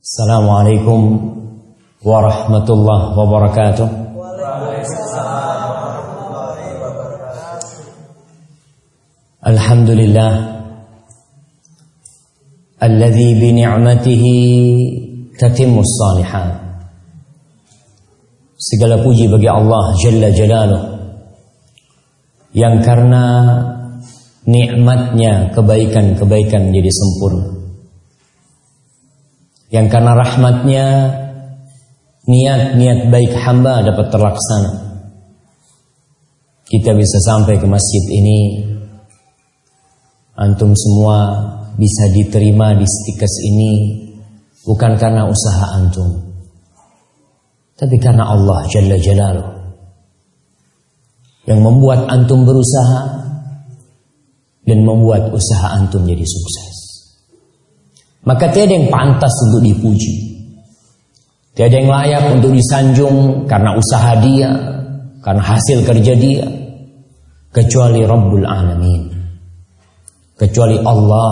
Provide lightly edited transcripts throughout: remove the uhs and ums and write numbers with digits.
Assalamualaikum warahmatullahi wabarakatuh. Alhamdulillah alladzi bi ni'matihi tatimmus shalihat. Segala puji bagi Allah Jalla Jalaluh yang karena nikmatnya kebaikan-kebaikan menjadi sempurna, yang karena rahmatnya niat-niat baik hamba dapat terlaksana. Kita bisa sampai ke masjid ini, antum semua bisa diterima di Stikes ini bukan karena usaha antum, tapi karena Allah Jalla Jalaluh yang membuat antum berusaha dan membuat usaha antum jadi sukses. Maka tiada yang pantas untuk dipuji, tiada yang layak untuk disanjung karena usaha dia, karena hasil kerja dia, kecuali Rabbul Alamin, kecuali Allah,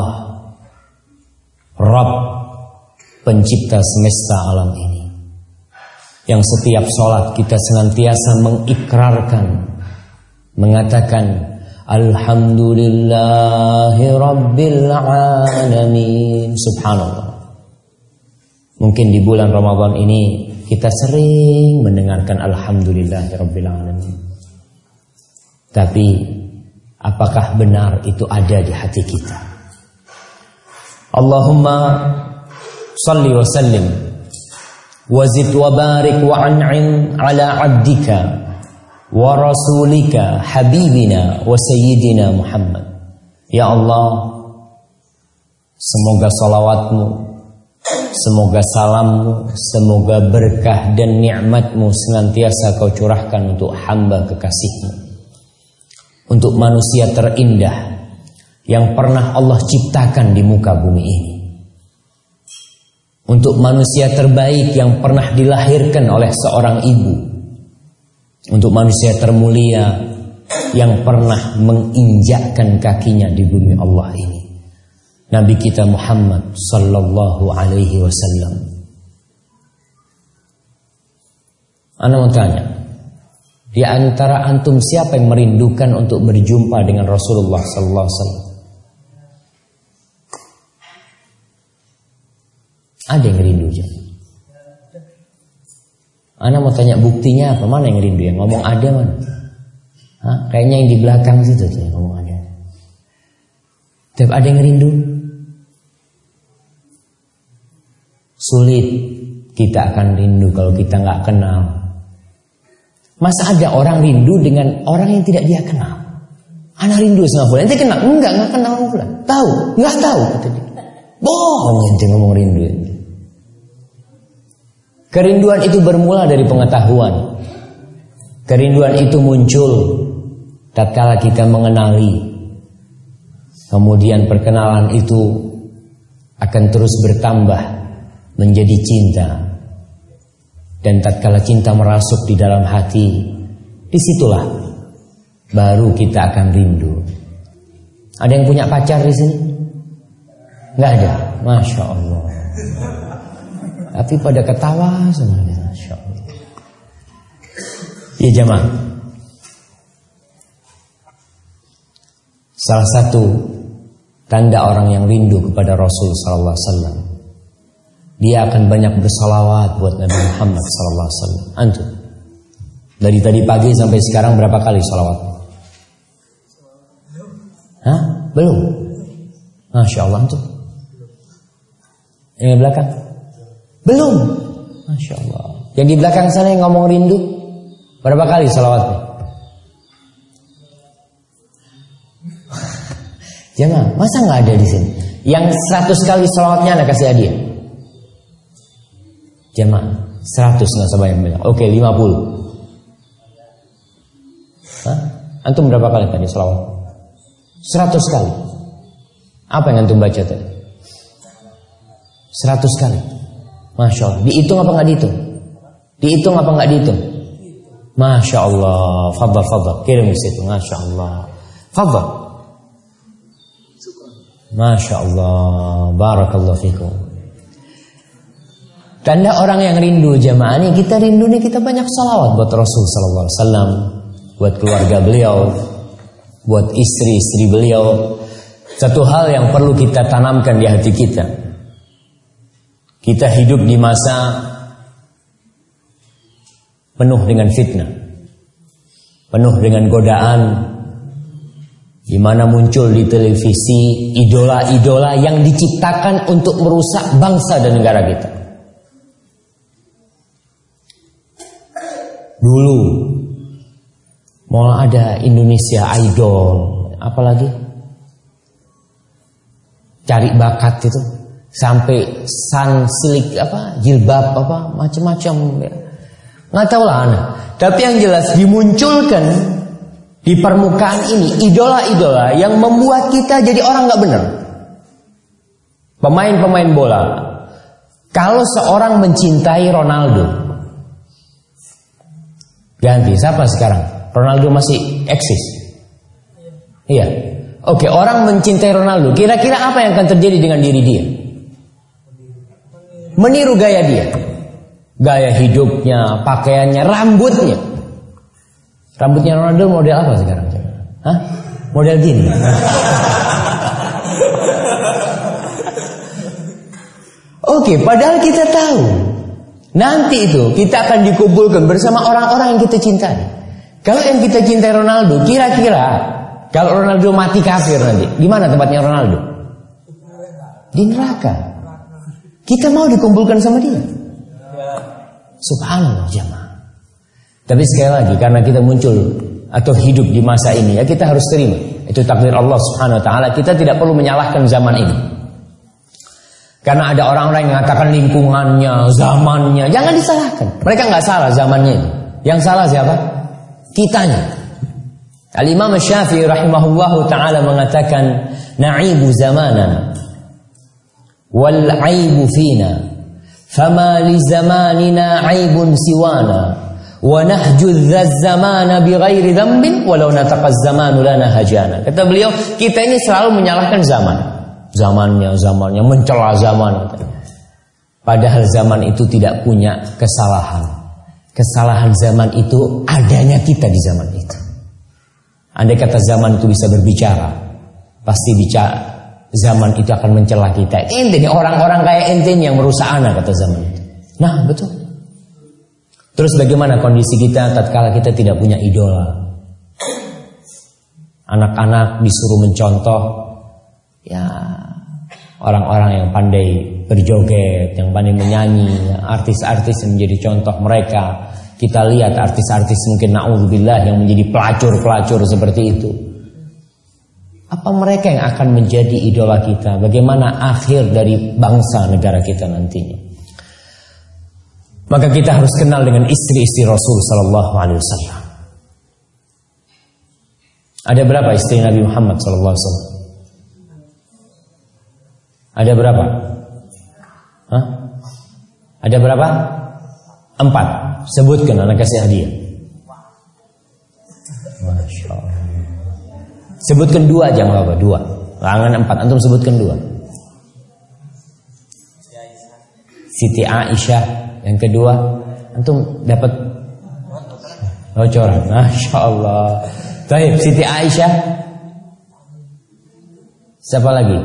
Rabb pencipta semesta alam ini, yang setiap sholat kita senantiasa mengikrarkan, mengatakan Alhamdulillahi Rabbil Alamin. Subhanallah. Mungkin di bulan Ramadan ini kita sering mendengarkan Alhamdulillahi Rabbil Alamin, tapi apakah benar itu ada di hati kita? Allahumma salli wa sallim wa zid wa barik wa an'im ala abdika wa rasulika habibina wa sayyidina Muhammad. Ya Allah, semoga salawatmu, semoga salammu, semoga berkah dan nikmatmu senantiasa kau curahkan untuk hamba kekasihmu, untuk manusia terindah yang pernah Allah ciptakan di muka bumi ini, untuk manusia terbaik yang pernah dilahirkan oleh seorang ibu, untuk manusia termulia yang pernah menginjakkan kakinya di bumi Allah ini, Nabi kita Muhammad sallallahu alaihi wasallam. Ana mau tanya, di antara antum siapa yang merindukan untuk berjumpa dengan Rasulullah sallallahu alaihi wasallam? Ada yang rindu je? Ana mau tanya buktinya apa? Mana yang rindu? Yang ngomong ada mana? Hah? Kayaknya yang di belakang situ tuh yang ngomong ada. Tapi ada yang rindu? Sulit kita akan rindu kalau kita nggak kenal. Masa ada orang rindu dengan orang yang tidak dia kenal? Ana rindu sama fulan. Ente kenal? Enggak kenal sama fulan. Tahu? Enggak tahu kata dia. Bohong ente ngomong rindu. Kerinduan itu bermula dari pengetahuan. Kerinduan itu muncul tatkala kita mengenali. Kemudian perkenalan itu akan terus bertambah menjadi cinta. Dan tatkala cinta merasuk di dalam hati, disitulah baru kita akan rindu. Ada yang punya pacar di sini? Nggak ada? Masya Allah. Tapi pada ketawa semuanya, Masya Allah. Ya jamaah, salah satu tanda orang yang rindu kepada Rasul sallallahu alaihi wasallam, dia akan banyak bersalawat buat Nabi Muhammad sallallahu alaihi wasallam. Antum dari tadi pagi sampai sekarang berapa kali salawat? Hah? Belum? Masya Allah. Antum yang di belakang? Belum? Masya Allah. Yang di belakang sana yang ngomong rindu, berapa kali salawatnya? Jangan, masa nggak ada di sini? Yang 100 kali salawatnya anak kasih hadiah. Jemaah, 100 nggak sebanyak-banyak. Oke, 50. Hah? Antum berapa kali tadi salawat? 100 kali. Apa yang antum baca tadi? 100 kali. Masya Allah. Dihitung apa nggak dihitung? Dihitung apa nggak dihitung? Masya Allah. Fadhal. Kirim di situ. Masya Allah. Fadhal. Masya Allah. Barakallahu fikum. Tanda orang yang rindu jamaah nih, kita rindu nih, kita banyak salawat buat Rasul sallallahu alaihi wasallam, buat keluarga beliau, buat istri-istri beliau. Satu hal yang perlu kita tanamkan di hati kita. Kita hidup di masa penuh dengan fitnah, penuh dengan godaan, di mana muncul di televisi idola-idola yang diciptakan untuk merusak bangsa dan negara kita. Dulu mau ada Indonesia Idol, apalagi cari bakat itu, sampai sunsilk jilbab macam-macam ya. Nggak tahu lah anak. Tapi yang jelas dimunculkan di permukaan ini idola-idola yang membuat kita jadi orang nggak benar. Pemain-pemain bola. Kalau seorang mencintai Ronaldo, ganti siapa sekarang? Ronaldo masih eksis. Iya. Oke, orang mencintai Ronaldo, kira-kira apa yang akan terjadi dengan diri dia? Meniru gaya dia. Gaya hidupnya, pakaiannya, rambutnya. Rambutnya Ronaldo model apa sekarang? Hah? Model gini. Oke, padahal kita tahu nanti itu kita akan dikumpulkan bersama orang-orang yang kita cintai. Kalau yang kita cintai Ronaldo, kira-kira kalau Ronaldo mati kafir nanti, di mana tempatnya Ronaldo? Di neraka. Kita mau dikumpulkan sama dia. Subhanallah jamaah. Tapi sekali lagi, karena kita muncul atau hidup di masa ini, ya kita harus terima. Itu takdir Allah Subhanahu Wa Taala. Kita tidak perlu menyalahkan zaman ini. Karena ada orang-orang yang mengatakan lingkungannya, zamannya, jangan disalahkan. Mereka nggak salah zamannya. Yang salah siapa? Kitanya. Al-Imam Syafi'i rahimahullahu ta'ala mengatakan, na'ibu zamanana wal aibu fina, fama li zamanina aibun siwana, wa nahju zamana bi ghairi dhanbin walau nataqaz zamanu lana hajana. Kata beliau, kita ini selalu menyalahkan zaman. Zamannya mencela zaman. Padahal zaman itu tidak punya kesalahan. Kesalahan zaman itu adanya kita di zaman itu. Andai kata zaman itu bisa berbicara, pasti zaman itu akan mencela kita. Ente nih orang-orang kayak ente yang merusak anak, kata zaman itu. Nah betul. Terus bagaimana kondisi kita tatkala kita tidak punya idola? Anak-anak disuruh mencontoh ya orang-orang yang pandai berjoget, yang pandai menyanyi, artis-artis yang menjadi contoh mereka. Kita lihat artis-artis mungkin na'udzubillah yang menjadi pelacur-pelacur seperti itu. Apa mereka yang akan menjadi idola kita? Bagaimana akhir dari bangsa negara kita nantinya? Maka kita harus kenal dengan istri-istri Rasul sallallahu alaihi wasallam. Ada berapa istri Nabi Muhammad sallallahu alaihi wasallam? Ada berapa? Hah? Ada berapa? 4. Sebutkan, anak kasih hadiah. Masya Allah. Sebutkan 2 aja, nggak apa? 2. Jangan 4. Antum sebutkan 2. Siti Aisyah. Yang kedua, antum dapat bocoran. Masya Allah. Baik, Siti Aisyah. Siapa lagi?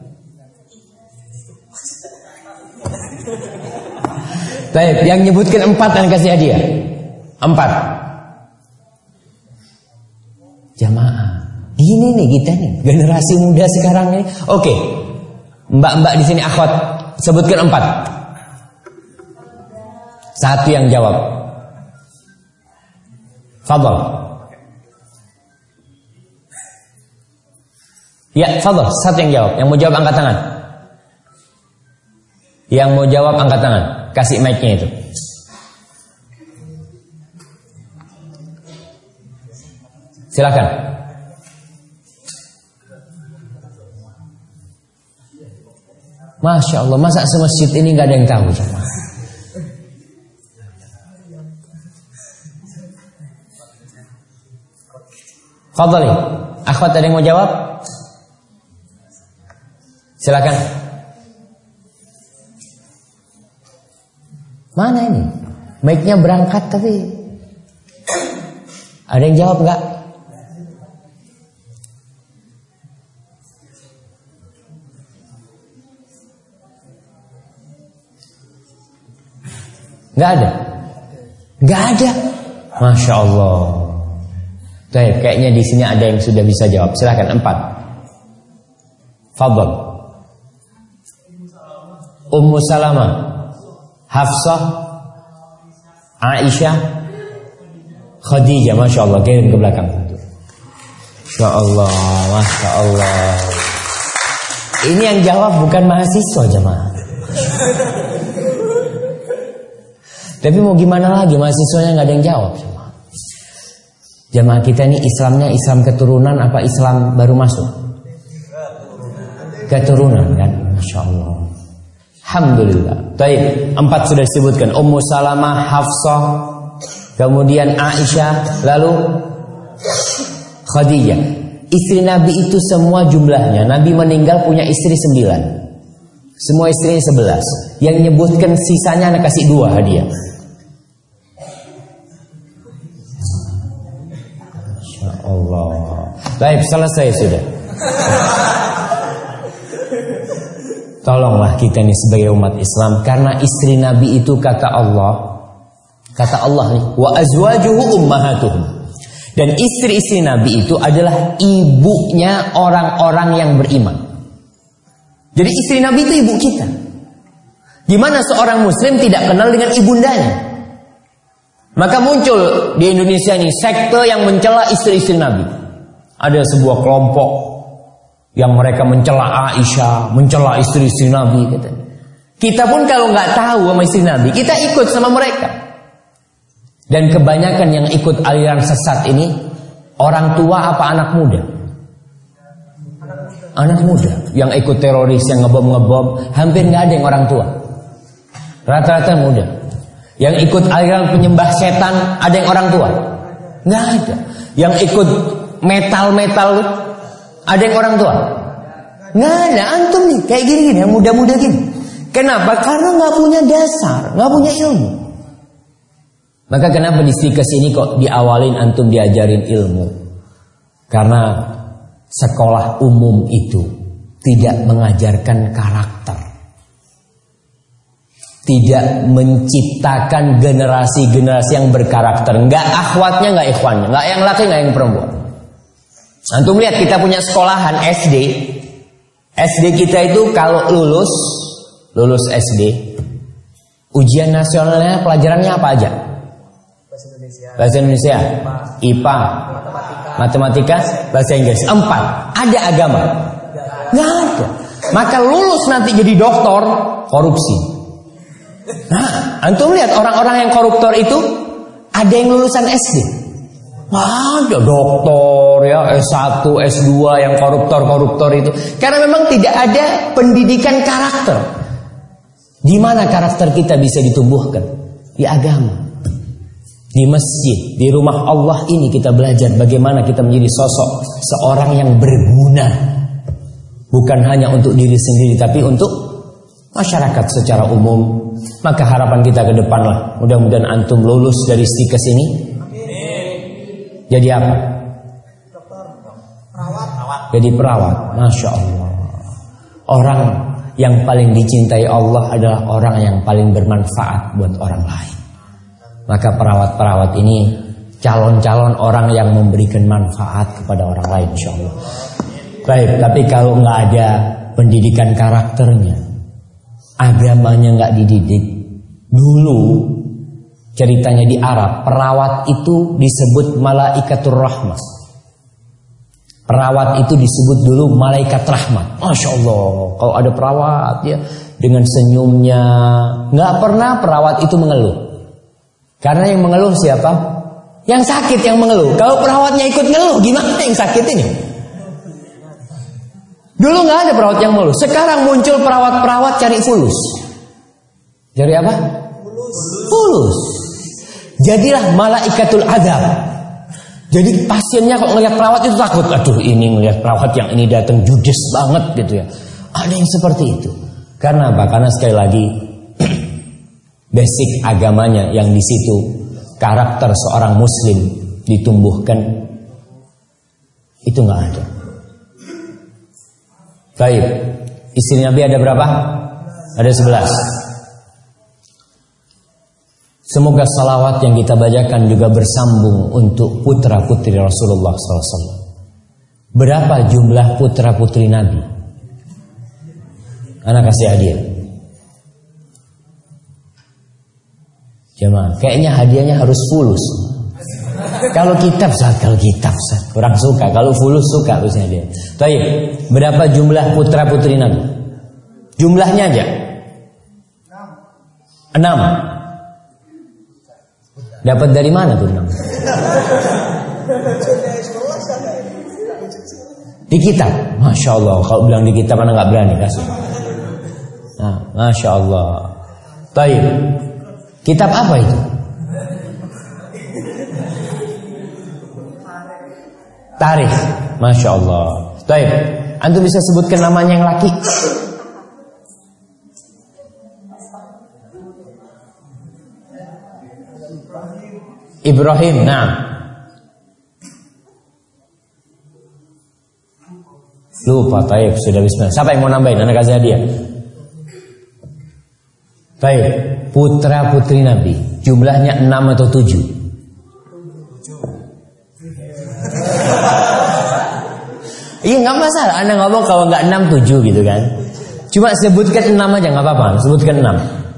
Baik, yang nyebutkan 4 dan kasih hadiah. 4. Jamaah, gini nih kita nih, generasi muda sekarang nih. Oke, mbak-mbak di sini akhwat, sebutkan 4. 1 yang jawab. Fadhal. Ya, fadhal, 1 yang jawab. Yang mau jawab angkat tangan. Yang mau jawab angkat tangan. Kasih mic-nya itu. Silakan. Masya Allah, masa semasjid ini nggak ada yang tahu? Fadhali, akhwat ada yang mau jawab? Silakan. Mana ini? Mic-nya berangkat tapi ada yang jawab nggak? Nggak ada? Nggak ada? Masya Allah. Baik, kayaknya di sini ada yang sudah bisa jawab. Silakan 4. Fadhal. Ummu Salamah, Hafsah, Aisyah, Khadijah. Masya Allah, kirim ke belakang. Masya Allah, Masya Allah. Ini yang jawab bukan mahasiswa jemaah. Tapi mau gimana lagi, mahasiswanya nggak ada yang jawab. Jemaah kita ini Islamnya Islam keturunan apa Islam baru masuk? Keturunan kan, Masya Allah. Alhamdulillah. Baik, 4 sudah disebutkan. Ummu Salamah, Hafsah, kemudian Aisyah, lalu Khadijah. Istri Nabi itu semua jumlahnya, Nabi meninggal punya istri 9. Semua istrinya 11. Yang nyebutkan sisanya anak kasih 2 hadiah. Masya Allah. Baik, selesai sudah. Tolonglah kita ini sebagai umat Islam, karena istri Nabi itu kata Allah nih, wa azwajuhu ummahatuhum. Dan istri-istri Nabi itu adalah ibunya orang-orang yang beriman. Jadi istri Nabi itu ibu kita. Gimana seorang muslim tidak kenal dengan ibundanya? Maka muncul di Indonesia ini sekte yang mencela istri-istri Nabi. Ada sebuah kelompok yang mereka mencela Aisyah, mencela istri-istri Nabi katanya. Kita pun kalau nggak tahu sama istri Nabi, kita ikut sama mereka. Dan kebanyakan yang ikut aliran sesat ini orang tua apa anak muda? Anak muda yang ikut teroris, yang ngebom, hampir nggak ada yang orang tua. Rata-rata muda. Yang ikut aliran penyembah setan, ada yang orang tua? Nggak ada. Yang ikut metal, ada yang orang tua? Nggak ada. Antum nih kayak gini-gini, yang muda-muda gini. Kenapa? Karena nggak punya dasar, nggak punya ilmu. Maka kenapa di Stikes ini kok diawalin antum diajarin ilmu? Karena sekolah umum itu tidak mengajarkan karakter, tidak menciptakan generasi-generasi yang berkarakter. Nggak akhwatnya, nggak ikhwannya, nggak yang laki, nggak yang perempuan. Antum lihat kita punya sekolahan SD. SD kita itu kalau lulus SD, ujian nasionalnya pelajarannya apa aja? Bahasa Indonesia, IPA, matematika, bahasa Inggris. 4. Ada agama? Nggak ada. Maka lulus nanti jadi doktor, korupsi. Nah, antum lihat orang-orang yang koruptor itu ada yang lulusan SD. Ada doktor ya, S1, S2 yang koruptor itu. Karena memang tidak ada pendidikan karakter. Di mana karakter kita bisa ditumbuhkan? Di agama. Di masjid, di rumah Allah ini kita belajar bagaimana kita menjadi sosok seorang yang berguna. Bukan hanya untuk diri sendiri, tapi untuk masyarakat secara umum. Maka harapan kita ke depan lah, mudah-mudahan antum lulus dari Stikes ini. Jadi apa? Jadi perawat. Masya Allah. Orang yang paling dicintai Allah adalah orang yang paling bermanfaat buat orang lain. Maka perawat-perawat ini calon-calon orang yang memberikan manfaat kepada orang lain, insya Allah. Baik, tapi kalau nggak ada pendidikan karakternya, agamanya nggak dididik. Dulu ceritanya di Arab, perawat itu disebut malaikatur rahmah. Perawat itu disebut dulu malaikat rahmat. Masya Allah, kalau ada perawat ya dengan senyumnya, nggak pernah perawat itu mengeluh. Karena yang mengeluh siapa? Yang sakit yang mengeluh. Kalau perawatnya ikut ngeluh, gimana yang sakit ini? Dulu nggak ada perawat yang mengeluh. Sekarang muncul perawat-perawat cari fulus. Cari apa? Fulus. Jadilah malaikatul azab. Jadi pasiennya kok ngelihat perawat itu takut. Aduh, ini ngelihat perawat yang ini datang judes banget gitu ya. Ada yang seperti itu. Karena apa? Karena sekali lagi basic agamanya yang di situ karakter seorang muslim ditumbuhkan, itu nggak ada. Baik, istri Nabi ada berapa? Ada 11. Semoga salawat yang kita bacakan juga bersambung untuk putra putri Rasulullah SAW. Berapa jumlah putra putri Nabi? Anak kasih hadiah. Jemaah, kayaknya hadiahnya harus fulus. Kalau kitab kurang suka. Kalau fulus suka harusnya dia. Baik, berapa jumlah putra putri Nabi? Jumlahnya aja. 6. Dapat dari mana tuh 6? Di kitab. Masya Allah. Kalau bilang di kitab anak nggak berani kasih. Nah, Masya Allah. Baik. Kitab apa itu? Tarikh. Masya Allah. Baik. Antum bisa sebutkan namanya yang laki? Ibrahim. Nah. Lupa. Taib. Sudah bismillah. Siapa yang mau nambahin? Anak kasih hadiah. Baik. Putra putri Nabi. Jumlahnya 6 atau 7? Iya nggak masalah. Anda ngomong kalau nggak 6 7 gitu kan. Cuma sebutkan 6 aja nggak apa-apa. Sebutkan 6.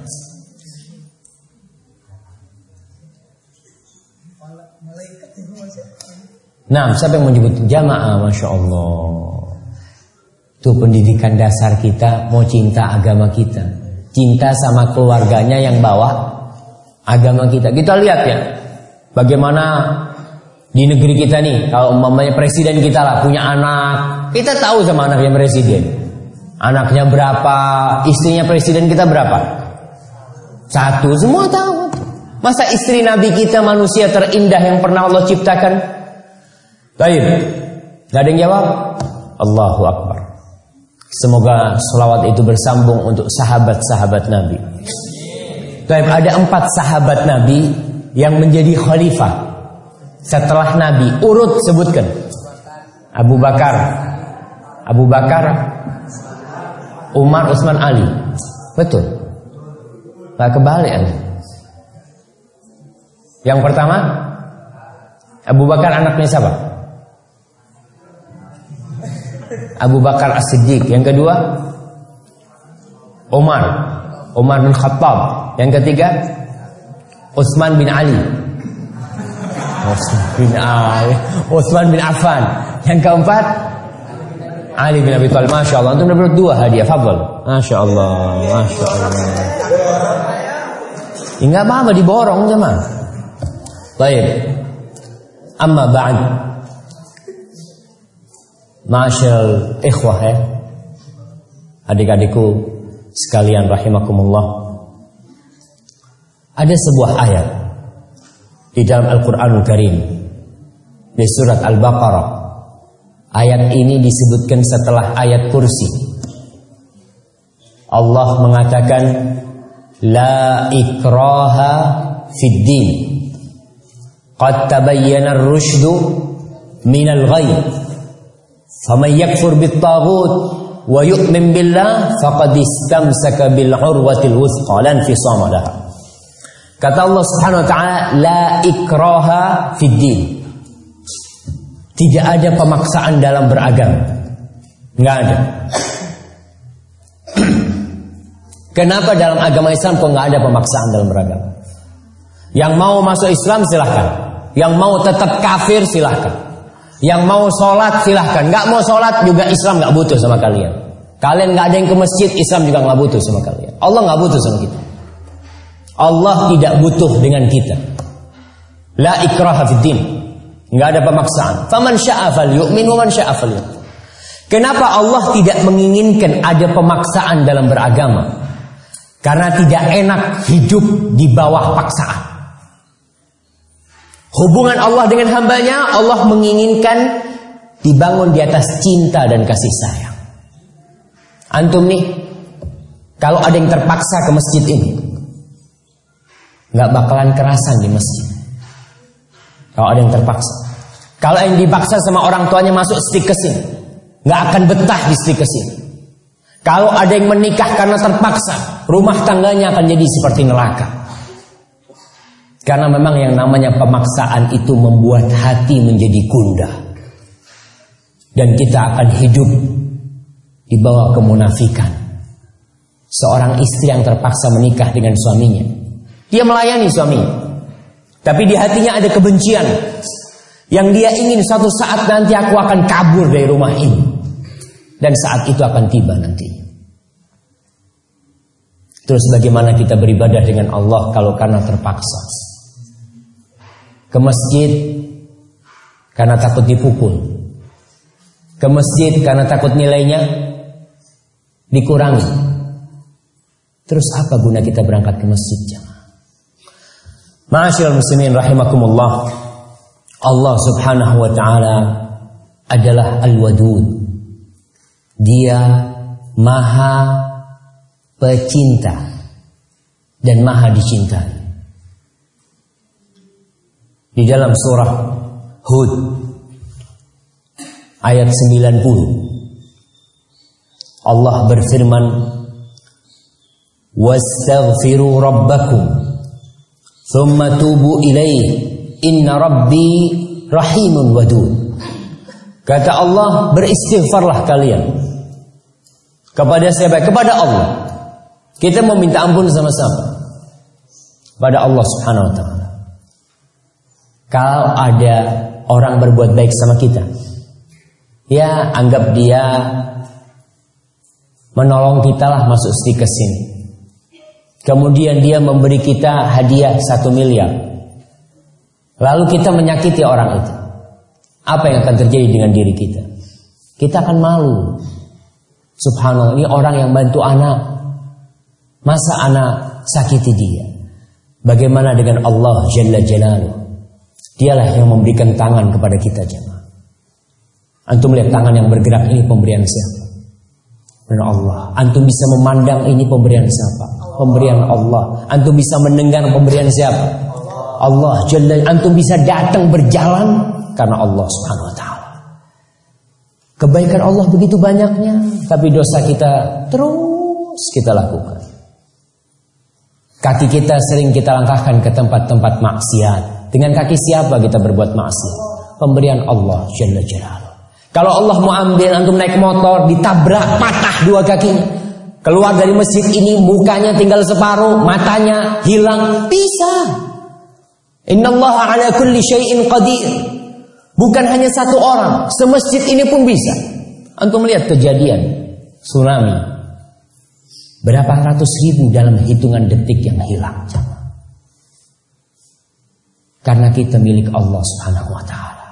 Nah, siapa yang menyebut jamaah? Masya Allah. Itu pendidikan dasar kita. Mau cinta agama kita, cinta sama keluarganya yang bawah agama kita. Kita lihat ya, bagaimana di negeri kita nih. Kalau umpamanya presiden kita lah punya anak, kita tahu sama anaknya presiden. Anaknya berapa, istrinya presiden kita berapa? 1, semua tahu. Masa istri Nabi kita manusia terindah yang pernah Allah ciptakan? Baik, gak ada yang jawab? Allahu Akbar. Semoga selawat itu bersambung untuk sahabat-sahabat Nabi. Baik, ada 4 sahabat Nabi yang menjadi khalifah setelah Nabi. Urut sebutkan. Abu Bakar, Umar, Utsman, Ali. Betul. Gak kebalik Anda. Yang pertama, Abu Bakar anaknya siapa? Abu Bakar As-Siddiq. Yang kedua, Umar bin Khattab. Yang ketiga, Utsman bin Ali. Utsman bin Affan. Yang keempat, Ali bin Abi Thalib. Masya Allah. Untuk dapat 2 hadiah. Fadhal. Masya Allah. Masya Allah. Enggak apa-apa diborong jemaah. Baik. Amma ba'd. Ma'asyal ikhwah ya, adik-adikku sekalian rahimakumullah. Ada sebuah ayat di dalam Al-Quranul Karim di surat Al-Baqarah. Ayat ini disebutkan setelah ayat kursi. Allah mengatakan la ikraha fid din qad tabayyana ar-rusydu minal ghayy. Faman yakfur bit-taghut wa yu'min billah faqad istamsaka bil 'urwatil wuthqa lan fisama laha. Kata Allah Subhanahu wa taala, la ikraha fid din. Tidak ada pemaksaan dalam beragama. Enggak ada. Kenapa dalam agama Islam kok enggak ada pemaksaan dalam beragama? Yang mau masuk Islam silahkan, yang mau tetap kafir silahkan. Yang mau sholat silahkan, nggak mau sholat juga Islam nggak butuh sama kalian. Kalian nggak ada yang ke masjid, Islam juga nggak butuh sama kalian. Allah nggak butuh sama kita. Allah tidak butuh dengan kita. La ikraha fid din, nggak ada pemaksaan. Faman syaa falyu'min wa man syaa falyakfur. Kenapa Allah tidak menginginkan ada pemaksaan dalam beragama? Karena tidak enak hidup di bawah paksaan. Hubungan Allah dengan hambanya, Allah menginginkan dibangun di atas cinta dan kasih sayang. Antum nih, kalau ada yang terpaksa ke masjid ini, nggak bakalan kerasan di masjid. Kalau ada yang terpaksa. Kalau yang dipaksa sama orang tuanya masuk stikesin, nggak akan betah di stikesin. Kalau ada yang menikah karena terpaksa, rumah tangganya akan jadi seperti neraka. Karena memang yang namanya pemaksaan itu membuat hati menjadi gundah. Dan kita akan hidup di bawah kemunafikan. Seorang istri yang terpaksa menikah dengan suaminya, dia melayani suaminya, tapi di hatinya ada kebencian. Yang dia ingin suatu saat nanti aku akan kabur dari rumah ini. Dan saat itu akan tiba nanti. Terus bagaimana kita beribadah dengan Allah kalau karena terpaksa? Ke masjid karena takut dipukul. Ke masjid karena takut nilainya dikurangi. Terus apa guna kita berangkat ke masjid? Ma'asyiral muslimin rahimakumullah. Allah subhanahu wa ta'ala adalah Al-Wadud. Dia maha pecinta dan maha dicintai. Di dalam surah Hud ayat 90 Allah berfirman, wastaghfiru rabbakum thumma tubu ilaihi inna rabbi rahimun wadud. Kata Allah, beristighfarlah kalian. Kepada siapa? Kepada Allah. Kita mau minta ampun sama-sama pada Allah subhanahu wa ta'ala. Kalau ada orang berbuat baik sama kita, ya anggap dia menolong kita lah, masuk stiker sini. Kemudian dia memberi kita hadiah 1 miliar. Lalu kita menyakiti orang itu. Apa yang akan terjadi dengan diri kita? Kita akan malu. Subhanallah, ini orang yang bantu anak. Masa anak sakiti dia? Bagaimana dengan Allah Jalla Jalaluh? Dialah yang memberikan tangan kepada kita jemaah. Antum lihat tangan yang bergerak ini pemberian siapa? Pemberian Allah. Antum bisa memandang ini pemberian siapa? Pemberian Allah. Antum bisa mendengar pemberian siapa? Allah Jalla. Antum bisa datang berjalan karena Allah subhanahu wa ta'ala. Kebaikan Allah begitu banyaknya, tapi dosa kita terus kita lakukan. Kaki kita sering kita langkahkan ke tempat-tempat maksiat. Dengan kaki siapa kita berbuat maksiat? Pemberian Allah Jalla Jalaluh. Kalau Allah mau ambil antum naik motor, ditabrak, patah 2 kakinya. Keluar dari masjid ini mukanya tinggal separuh, matanya hilang, bisa. Innallaha ala kulli syai'in qadir. Bukan hanya 1 orang, semasjid ini pun bisa. Antum lihat kejadian tsunami. Berapa ratus ribu dalam hitungan detik yang hilang. Karena kita milik Allah subhanahu wa ta'ala.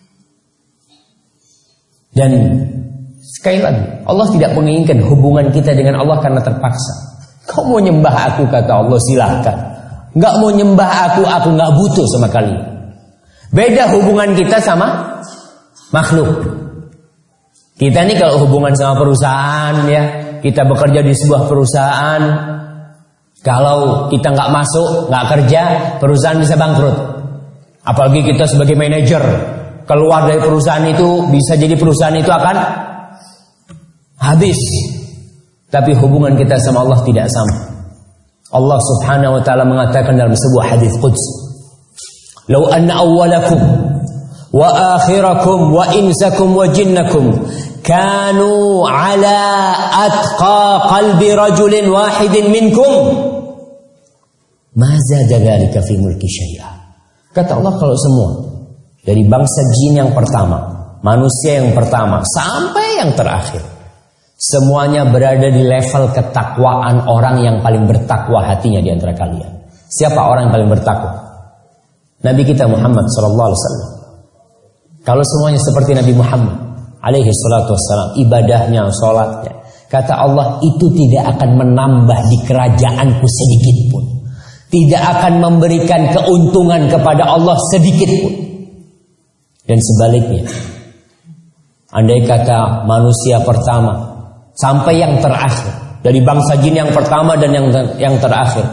Dan sekali lagi, Allah tidak menginginkan hubungan kita dengan Allah karena terpaksa. Kau mau nyembah aku, kata Allah, silahkan. Nggak mau nyembah aku nggak butuh sama kalian. Beda hubungan kita sama makhluk. Kita nih kalau hubungan sama perusahaan, ya, kita bekerja di sebuah perusahaan. Kalau kita nggak masuk, nggak kerja, perusahaan bisa bangkrut. Apalagi kita sebagai manajer, keluar dari perusahaan itu, bisa jadi perusahaan itu akan habis. Tapi hubungan kita sama Allah tidak sama. Allah subhanahu wa ta'ala mengatakan dalam sebuah hadis qudsi, "Lau anna awwalakum wa akhirakum wa insakum wa jinnakum kanu ala atqa qalbi rajulin wahidin minkum ma zada dzalika fi mulki syai'a." Kata Allah, kalau semua dari bangsa jin yang pertama, manusia yang pertama sampai yang terakhir, semuanya berada di level ketakwaan orang yang paling bertakwa hatinya di antara kalian. Siapa orang yang paling bertakwa? Nabi kita Muhammad sallallahu alaihi wasallam. Kalau semuanya seperti Nabi Muhammad alaihi salatu wassalam, ibadahnya, salatnya, kata Allah, itu tidak akan menambah di kerajaanku sedikit pun. Tidak akan memberikan keuntungan kepada Allah sedikit pun. Dan sebaliknya, andai kata manusia pertama sampai yang terakhir, dari bangsa jin yang pertama dan yang terakhir,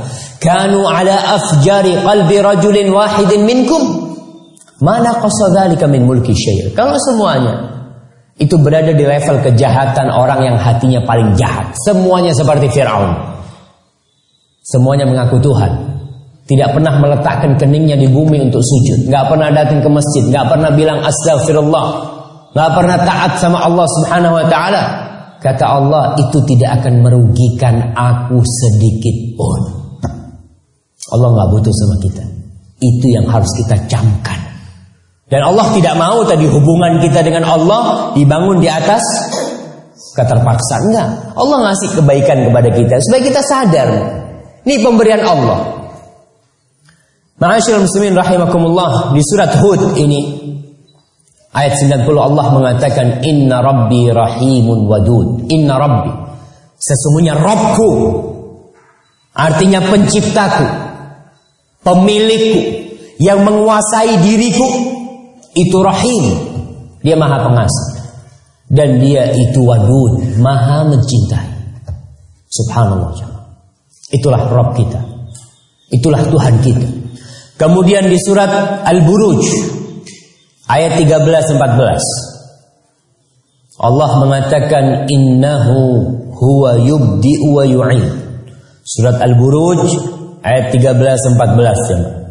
kanu ala afjari qalbi rajulin wahidin minkum ma naqasa dzalika min mulki syai'. Kalau semuanya itu berada di level kejahatan orang yang hatinya paling jahat, semuanya seperti Fir'aun, semuanya mengaku Tuhan, tidak pernah meletakkan keningnya di bumi untuk sujud, nggak pernah datang ke masjid, nggak pernah bilang astagfirullah, nggak pernah taat sama Allah Subhanahu wa taala. Kata Allah, itu tidak akan merugikan aku sedikit pun. Allah nggak butuh sama kita. Itu yang harus kita camkan. Dan Allah tidak mau tadi hubungan kita dengan Allah dibangun di atas keterpaksaan. Enggak. Allah ngasih kebaikan kepada kita supaya kita sadar. Ini pemberian Allah. Ma'asyiral muslimin rahimakumullah, di surat Hud ini ayat 90 Allah mengatakan inna rabbi rahimun wadud. Inna rabbi, sesungguhnya Rabbku, artinya penciptaku, pemilikku yang menguasai diriku, itu rahim, dia maha pengasih, dan dia itu wadud, maha mencintai. Subhanallah. Itulah Rabb kita, itulah Tuhan kita. Kemudian di surat Al-Buruj ayat 13-14 Allah mengatakan innahu huwa yubdi'u wa yu'id. Surat Al-Buruj ayat 13-14.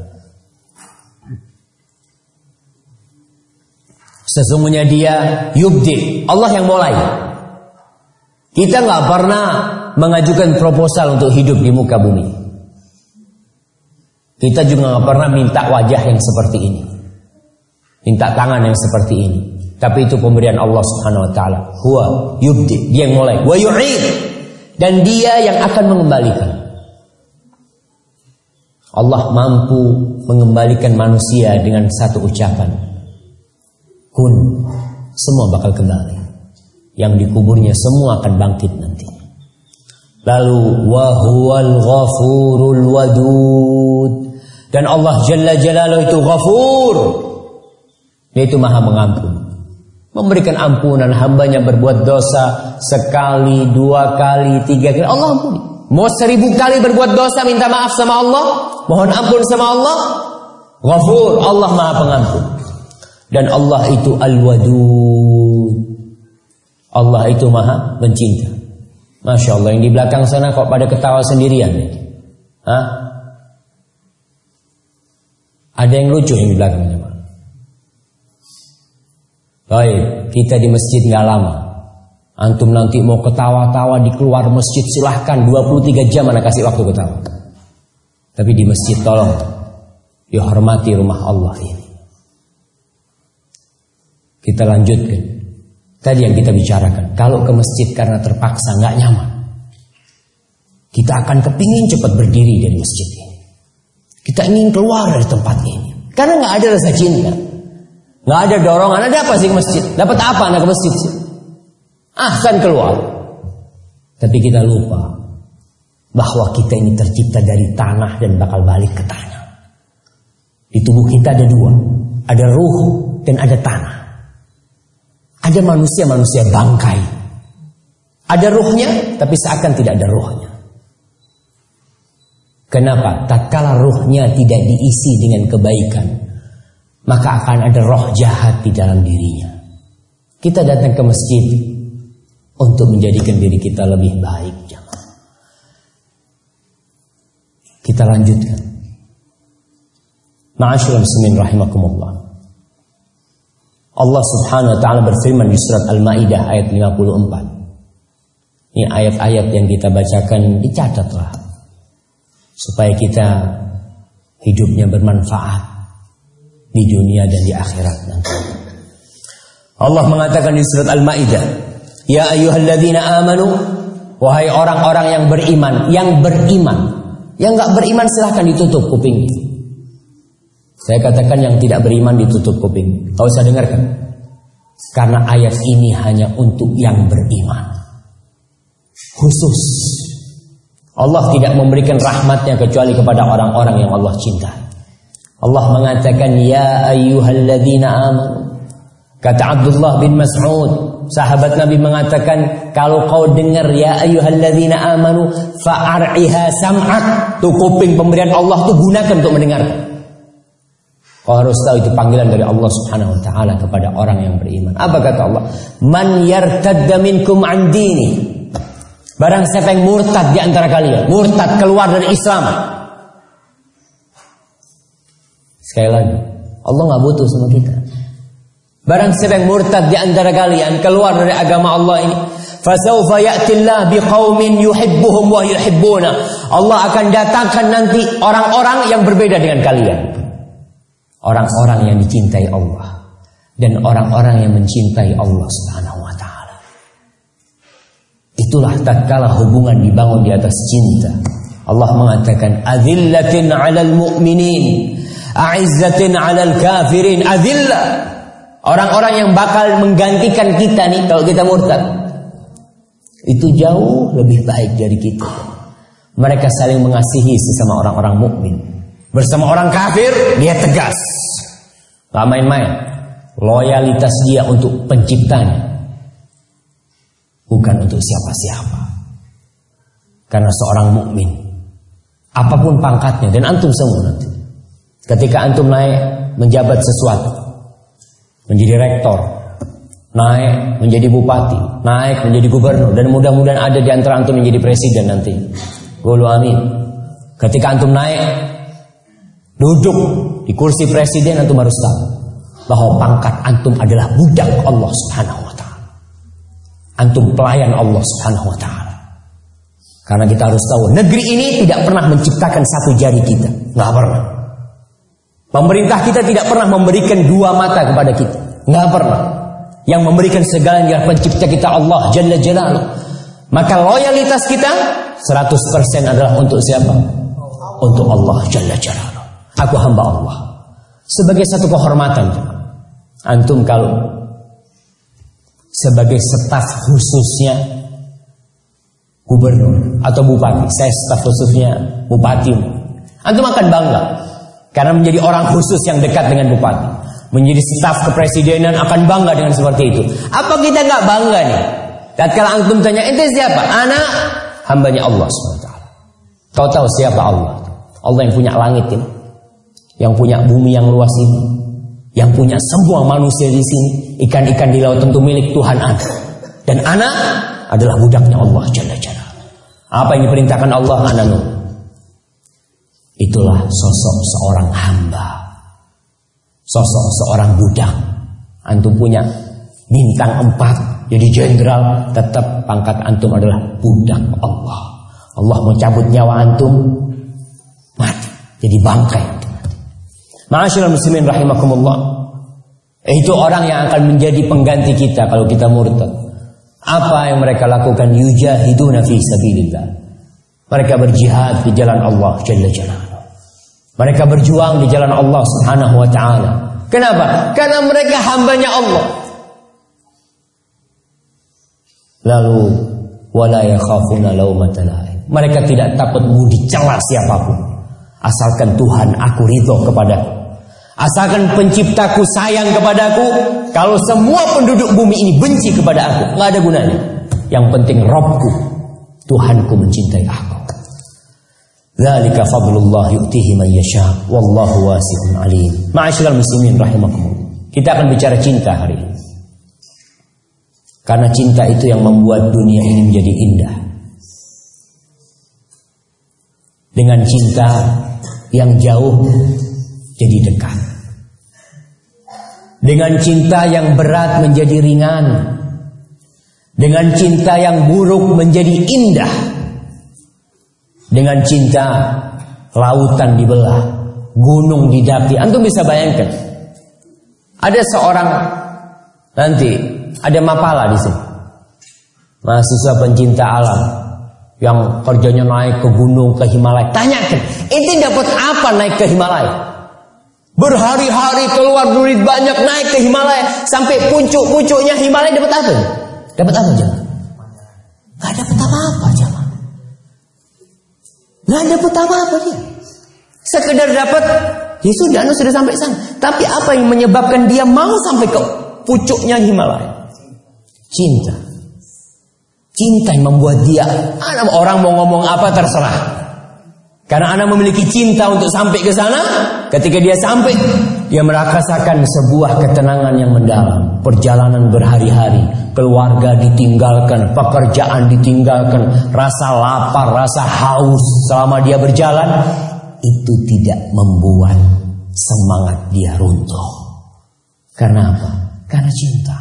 Sesungguhnya dia yubdi, Allah yang mulai. Kita nggak pernah mengajukan proposal untuk hidup di muka bumi. Kita juga nggak pernah minta wajah yang seperti ini, minta tangan yang seperti ini. Tapi itu pemberian Allah Subhanahu Wa Taala. Huwa yubdi, dia yang mulai. Wa yu'id, dan dia yang akan mengembalikan. Allah mampu mengembalikan manusia dengan satu ucapan. Kun, semua bakal kembali. Yang dikuburnya semua akan bangkit nanti. Lalu wa huwal ghafurul wadud, dan Allah Jalla Jalaluhu itu ghafur, yaitu maha mengampun, memberikan ampunan. Hambanya berbuat dosa sekali, 2 kali, 3 kali, Allah ampuni. Mau 1000 kali berbuat dosa, minta maaf sama Allah, mohon ampun sama Allah, ghafur, Allah maha pengampun. Dan Allah itu Al-Wadud, Allah itu maha mencinta. Masya Allah, yang di belakang sana kok pada ketawa sendirian? Hah? Ada yang lucu yang di belakangnya? Baik, kita di masjid gak lama. Antum nanti mau ketawa-tawa di keluar masjid, silahkan, 23 jam anak kasih waktu ketawa. Tapi di masjid tolong dihormati rumah Allah ini. Kita lanjutkan tadi yang kita bicarakan. Kalau ke masjid karena terpaksa, gak nyaman, kita akan kepingin cepat berdiri dari masjid ini. Kita ingin keluar dari tempat ini karena gak ada rasa cinta, gak ada dorongan. Ada apa sih ke masjid? Dapat apa anak ke masjid sih? Kan keluar. Tapi kita lupa bahwa kita ini tercipta dari tanah dan bakal balik ke tanah. Di tubuh kita ada 2, ada ruh dan ada tanah. Ada manusia-manusia bangkai, ada ruhnya, tapi seakan tidak ada ruhnya. Kenapa? Tatkala ruhnya tidak diisi dengan kebaikan, maka akan ada roh jahat di dalam dirinya. Kita datang ke masjid untuk menjadikan diri kita lebih baik. Kita lanjutkan. Ma'asyiral muslimin rahimakumullah. Allah Subhanahu Wa Taala berfirman di surat Al-Maidah ayat 54. Ini ayat-ayat yang kita bacakan, dicatatlah supaya kita hidupnya bermanfaat di dunia dan di akhirat nanti. Allah mengatakan di surat Al-Maidah, ya ayyuhalladzina amanu, wahai orang-orang yang beriman. Yang enggak beriman silahkan ditutup kupingnya. Saya katakan yang tidak beriman ditutup kuping. Kau usah dengarkan. Karena ayat ini hanya untuk yang beriman. Khusus. Allah tidak memberikan rahmatnya kecuali kepada orang-orang yang Allah cinta. Allah mengatakan ya ayyuhalladzina amanu, Kata Abdullah bin Mas'ud, sahabat Nabi mengatakan, kalau kau dengar ya ayyuhalladzina amanu fa'ar'iha sam'ak, tuh kuping pemberian Allah tuh gunakan untuk mendengarkan. Kau harus tahu itu panggilan dari Allah Subhanahu wa taala kepada orang yang beriman. Apa kata Allah? Man yartadda minkum an dini. Barang siapa yang murtad di antara kalian, murtad keluar dari Islam. Sekali lagi, Allah enggak butuh sama kita. Barang siapa yang murtad di antara kalian, keluar dari agama Allah ini, fasawfa ya'tillah biqaumin yuhibbuhum wa yuhibbuna. Allah akan datangkan nanti orang-orang yang berbeda dengan kalian. Orang-orang yang dicintai Allah dan orang-orang yang mencintai Allah Subhanahu wa taala. Itulah tatkala hubungan dibangun di atas cinta. Allah mengatakan adzillatin 'alal mu'minin, a'izzatin 'alal kafirin. Adzillah, orang-orang yang bakal menggantikan kita nih kalau kita murtad, itu jauh lebih baik dari kita. Mereka saling mengasihi sesama orang-orang mukmin. Bersama orang kafir, dia tegas, gak main-main. Loyalitas dia untuk penciptanya, bukan untuk siapa-siapa. Karena seorang mukmin, apapun pangkatnya, dan antum semua nanti, ketika antum naik menjabat sesuatu, menjadi rektor, naik menjadi bupati, naik menjadi gubernur, dan mudah-mudahan ada di antara antum menjadi presiden nanti. Qulu amin. Ketika antum naik duduk di kursi presiden, antum harus tahu bahwa pangkat antum adalah budak Allah Subhanahu wa taala. Antum pelayan Allah Subhanahu wa taala. Karena kita harus tahu, negeri ini tidak pernah menciptakan satu jari kita, enggak pernah. Pemerintah kita tidak pernah memberikan dua mata kepada kita, enggak pernah. Yang memberikan segalanya adalah pencipta kita, Allah Jalla Jalaluhu. Maka loyalitas kita 100% adalah untuk siapa? Untuk Allah Jalla Jalaluhu. Aku hamba Allah. Sebagai satu kehormatan, antum kalau sebagai staf khususnya gubernur atau bupati, saya staf khususnya bupati, antum akan bangga karena menjadi orang khusus yang dekat dengan bupati. Menjadi staf kepresidenan akan bangga dengan seperti itu. Apa kita nggak bangga nih? Tatkala antum tanya, ente siapa? Anak hambanya Allah SWT. Kau tahu siapa Allah? Allah yang punya langit ini, yang punya bumi yang luas ini, yang punya semua manusia di sini, ikan-ikan di laut tentu milik Tuhan Anda. Dan anak adalah budaknya Allah Jalla Jalla. Apa yang diperintahkan Allah, anak nurut. Itulah sosok seorang hamba, sosok seorang budak. Antum punya bintang 4, jadi jenderal, tetap pangkat antum adalah budak Allah. Allah mau cabut nyawa antum, mati, jadi bangkai. Ma'asyiral muslimin rahimakumullah. Itu orang yang akan menjadi pengganti kita kalau kita murtad. Apa yang mereka lakukan? Yujahiduna fi sabilillah. Mereka berjihad di jalan Allah Jalla Jalaluhu. Mereka berjuang di jalan Allah Subhanahu wa taala. Kenapa? Karena mereka hambanya Allah. Lalu wala yakhafuna laumata laim. Mereka tidak takut mau dicela siapapun. Asalkan Tuhan aku ridho kepadaku, asalkan penciptaku sayang kepadaku. Kalau semua penduduk bumi ini benci kepada aku, nggak ada gunanya. Yang penting Rabbku, Tuhanku mencintai aku. Dzalika fadlullah yu'tihi man yasha, wallahu wasi'un alim. Ma'asyiral muslimin rahimakumullah. Kita akan bicara cinta hari ini. Karena cinta itu yang membuat dunia ini menjadi indah. Dengan cinta yang jauh jadi dekat. Dengan cinta yang berat menjadi ringan. Dengan cinta yang buruk menjadi indah. Dengan cinta lautan dibelah, gunung didaki. Antum bisa bayangkan, ada seorang, nanti ada mapala di sini, mahasiswa pencinta alam yang kerjanya naik ke gunung, ke Himalaya. Tanyakan, ente dapat apa naik ke Himalaya? Berhari-hari keluar duit banyak naik ke Himalaya, sampai puncuk-puncuknya Himalaya dapat apa? Dapat apa jemaah? Gak dapat apa-apa jemaah. Gak dapat apa-apa dia. Sekedar dapat, ya sudah, sudah sampai sana. Tapi apa yang menyebabkan dia mau sampai ke pucuknya Himalaya. Cinta. Cinta yang membuat dia, orang mau ngomong apa terserah. Karena anak memiliki cinta untuk sampai ke sana. Ketika dia sampai, dia merasakan sebuah ketenangan yang mendalam. Perjalanan berhari-hari, keluarga ditinggalkan, pekerjaan ditinggalkan, rasa lapar, rasa haus selama dia berjalan, itu tidak membuat semangat dia runtuh. Karena apa? Karena cinta.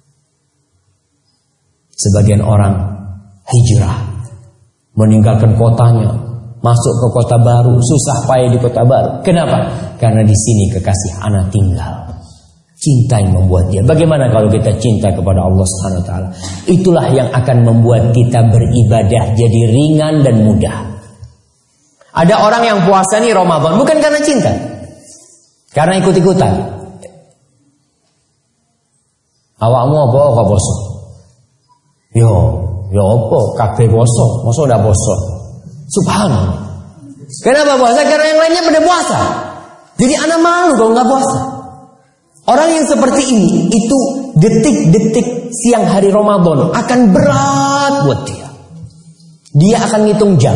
Sebagian orang hijrah, meninggalkan kotanya, masuk ke kota baru, susah payah di kota baru. Kenapa? Karena di sini kekasih anak tinggal. Cinta yang membuat dia. Bagaimana kalau kita cinta kepada Allah Subhanahu wa taala? Itulah yang akan membuat kita beribadah jadi ringan dan mudah. Ada orang yang puasa nih Ramadan bukan karena cinta, karena ikut-ikutan. Awakmu apa kok poso? Yo apa? Kabeh poso, mosok udah poso. Subhanallah. Kenapa puasa? Karena yang lainnya pada puasa. Jadi anak malu kalau nggak puasa. Orang yang seperti ini, itu detik-detik siang hari Ramadan akan berat buat dia. Dia akan ngitung jam.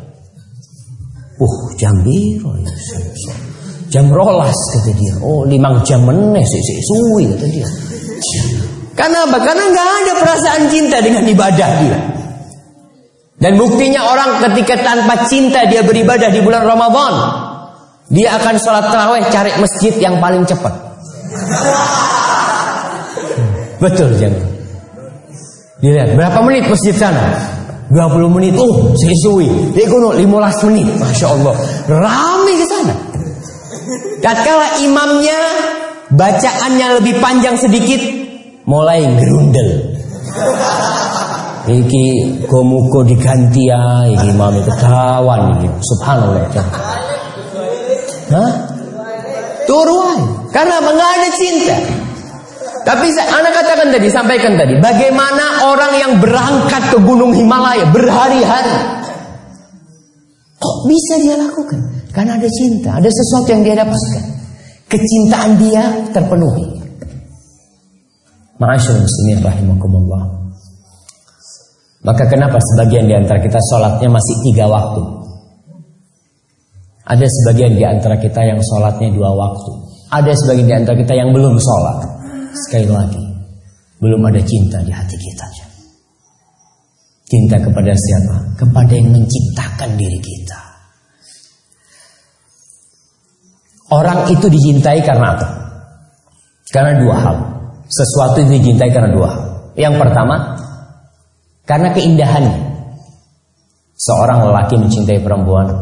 Jam biru ya. Jam rolas kata dia. 5 jam meneh sik suwi kata dia. Karena apa? Karena nggak ada perasaan cinta dengan ibadah dia. Dan buktinya orang ketika tanpa cinta dia beribadah di bulan Ramadan, dia akan sholat tarawih cari masjid yang paling cepat. Betul jangan. Dilihat berapa menit masjid sana? 20 menit. Sesuai. Dia kuno 15 menit. Masya Allah. Ramai ke sana. Tatkala imamnya bacaannya lebih panjang sedikit, mulai gerundel. Iki gomuko diganti ya, iki imam ketahuan iki. Subhanallah. Turuan. Karena enggak ada cinta. Tapi anak katakan tadi, sampaikan tadi, bagaimana orang yang berangkat ke Gunung Himalaya berhari-hari, kok bisa dia lakukan? Karena ada cinta, ada sesuatu yang dia dapatkan. Kecintaan dia terpenuhi. Ma'asyiral muslimin rahimakumullah. Maka kenapa sebagian di antara kita sholatnya masih 3 waktu? Ada sebagian di antara kita yang sholatnya 2 waktu. Ada sebagian di antara kita yang belum sholat. Sekali lagi, belum ada cinta di hati kita. Cinta kepada siapa? Kepada yang menciptakan diri kita. Orang itu dicintai karena apa? Karena 2 hal. Sesuatu itu dicintai karena 2 hal. Yang pertama, karena keindahannya. Seorang lelaki mencintai perempuan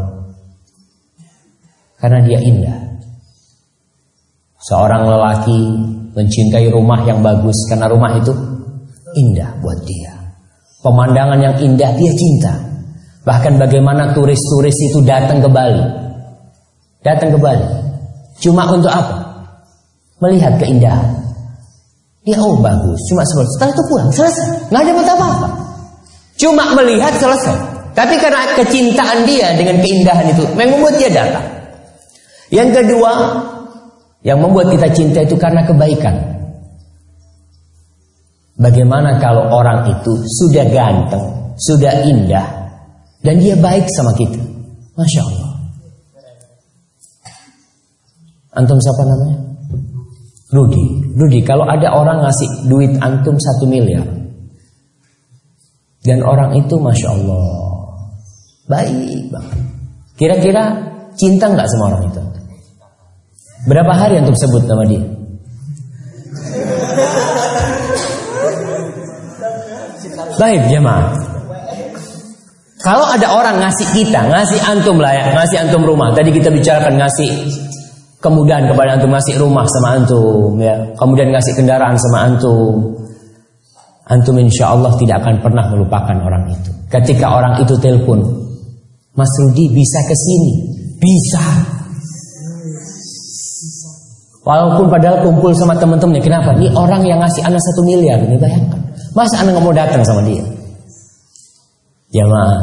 karena dia indah. Seorang lelaki mencintai rumah yang bagus karena rumah itu indah buat dia. Pemandangan yang indah dia cinta. Bahkan bagaimana turis-turis itu datang ke Bali. Datang ke Bali cuma untuk apa? Melihat keindahan. Ya bagus, cuma setelah itu pulang, selesai. Nggak ada apa-apa. Cuma melihat selesai. Tapi karena kecintaan dia dengan keindahan itu membuat dia datang. Yang kedua, yang membuat kita cinta itu karena kebaikan. Bagaimana kalau orang itu sudah ganteng, sudah indah, dan dia baik sama kita? Masya Allah. Antum siapa namanya? Rudi, kalau ada orang ngasih duit antum 1 miliar, dan orang itu Masya Allah baik banget, kira-kira cinta nggak sama orang itu? Berapa hari antum sebut nama dia? Baik jemaah. Kalau ada orang ngasih kita, ngasih antum lah ya, ngasih antum rumah. Tadi kita bicarakan ngasih kemudahan kepada antum, ngasih rumah sama antum ya. Kemudian ngasih kendaraan sama antum. Antum insya Allah tidak akan pernah melupakan orang itu. Ketika orang itu telepon, Mas Rudi bisa kesini? Bisa. Walaupun padahal kumpul sama teman-temannya. Kenapa? Ini orang yang ngasih anak 1 miliar. Ini bayangkan. Masa anak gak mau datang sama dia? Jamaah,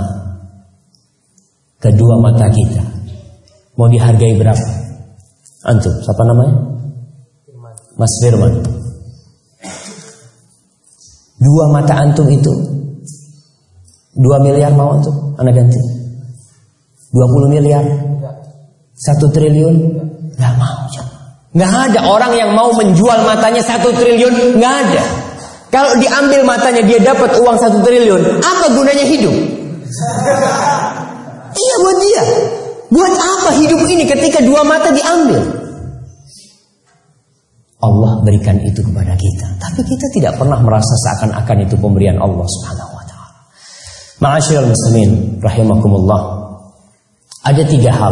kedua mata kita mau dihargai berapa? Antum, siapa namanya? Mas Firman. 2 mata antum itu 2 miliar mau antum? Anak ganti 20 miliar 1 triliun? Gak mau. Gak ada orang yang mau menjual matanya 1 triliun. Gak ada. Kalau diambil matanya dia dapat uang 1 triliun, apa gunanya hidup? Iya buat dia. Buat apa hidup ini ketika 2 mata diambil? Allah berikan itu kepada kita, tapi kita tidak pernah merasa seakan-akan itu pemberian Allah Subhanahu wa taala. Ma'asyiral muslimin rahimakumullah. Ada 3 hal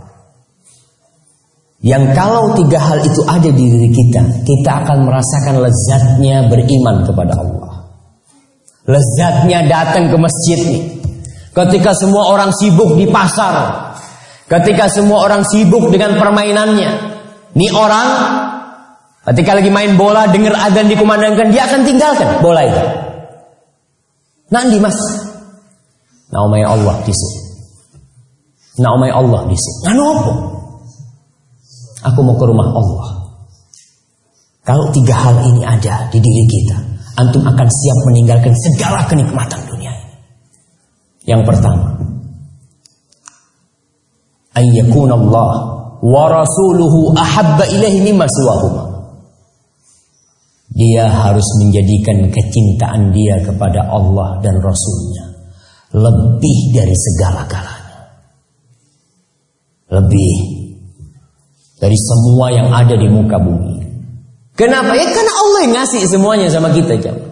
yang kalau 3 hal itu ada di diri kita, kita akan merasakan lezatnya beriman kepada Allah. Lezatnya datang ke masjid nih. Ketika semua orang sibuk di pasar, ketika semua orang sibuk dengan permainannya, nih orang ketika lagi main bola, dengar adzan dikumandangkan, dia akan tinggalkan bola itu. Nanti mas, naumai Allah disini, naumai Allah disini. Nganu apa? Aku mau ke rumah Allah. Kalau 3 hal ini ada di diri kita, antum akan siap meninggalkan segala kenikmatan dunia ini. Yang pertama, ayyakuna Allah wa rasuluhu ahabba ilaihi mimma siwahuma. Dia harus menjadikan kecintaan dia kepada Allah dan Rasulnya lebih dari segala-galanya, lebih dari semua yang ada di muka bumi. Kenapa? Ya karena Allah yang ngasih semuanya sama kita, jemaah.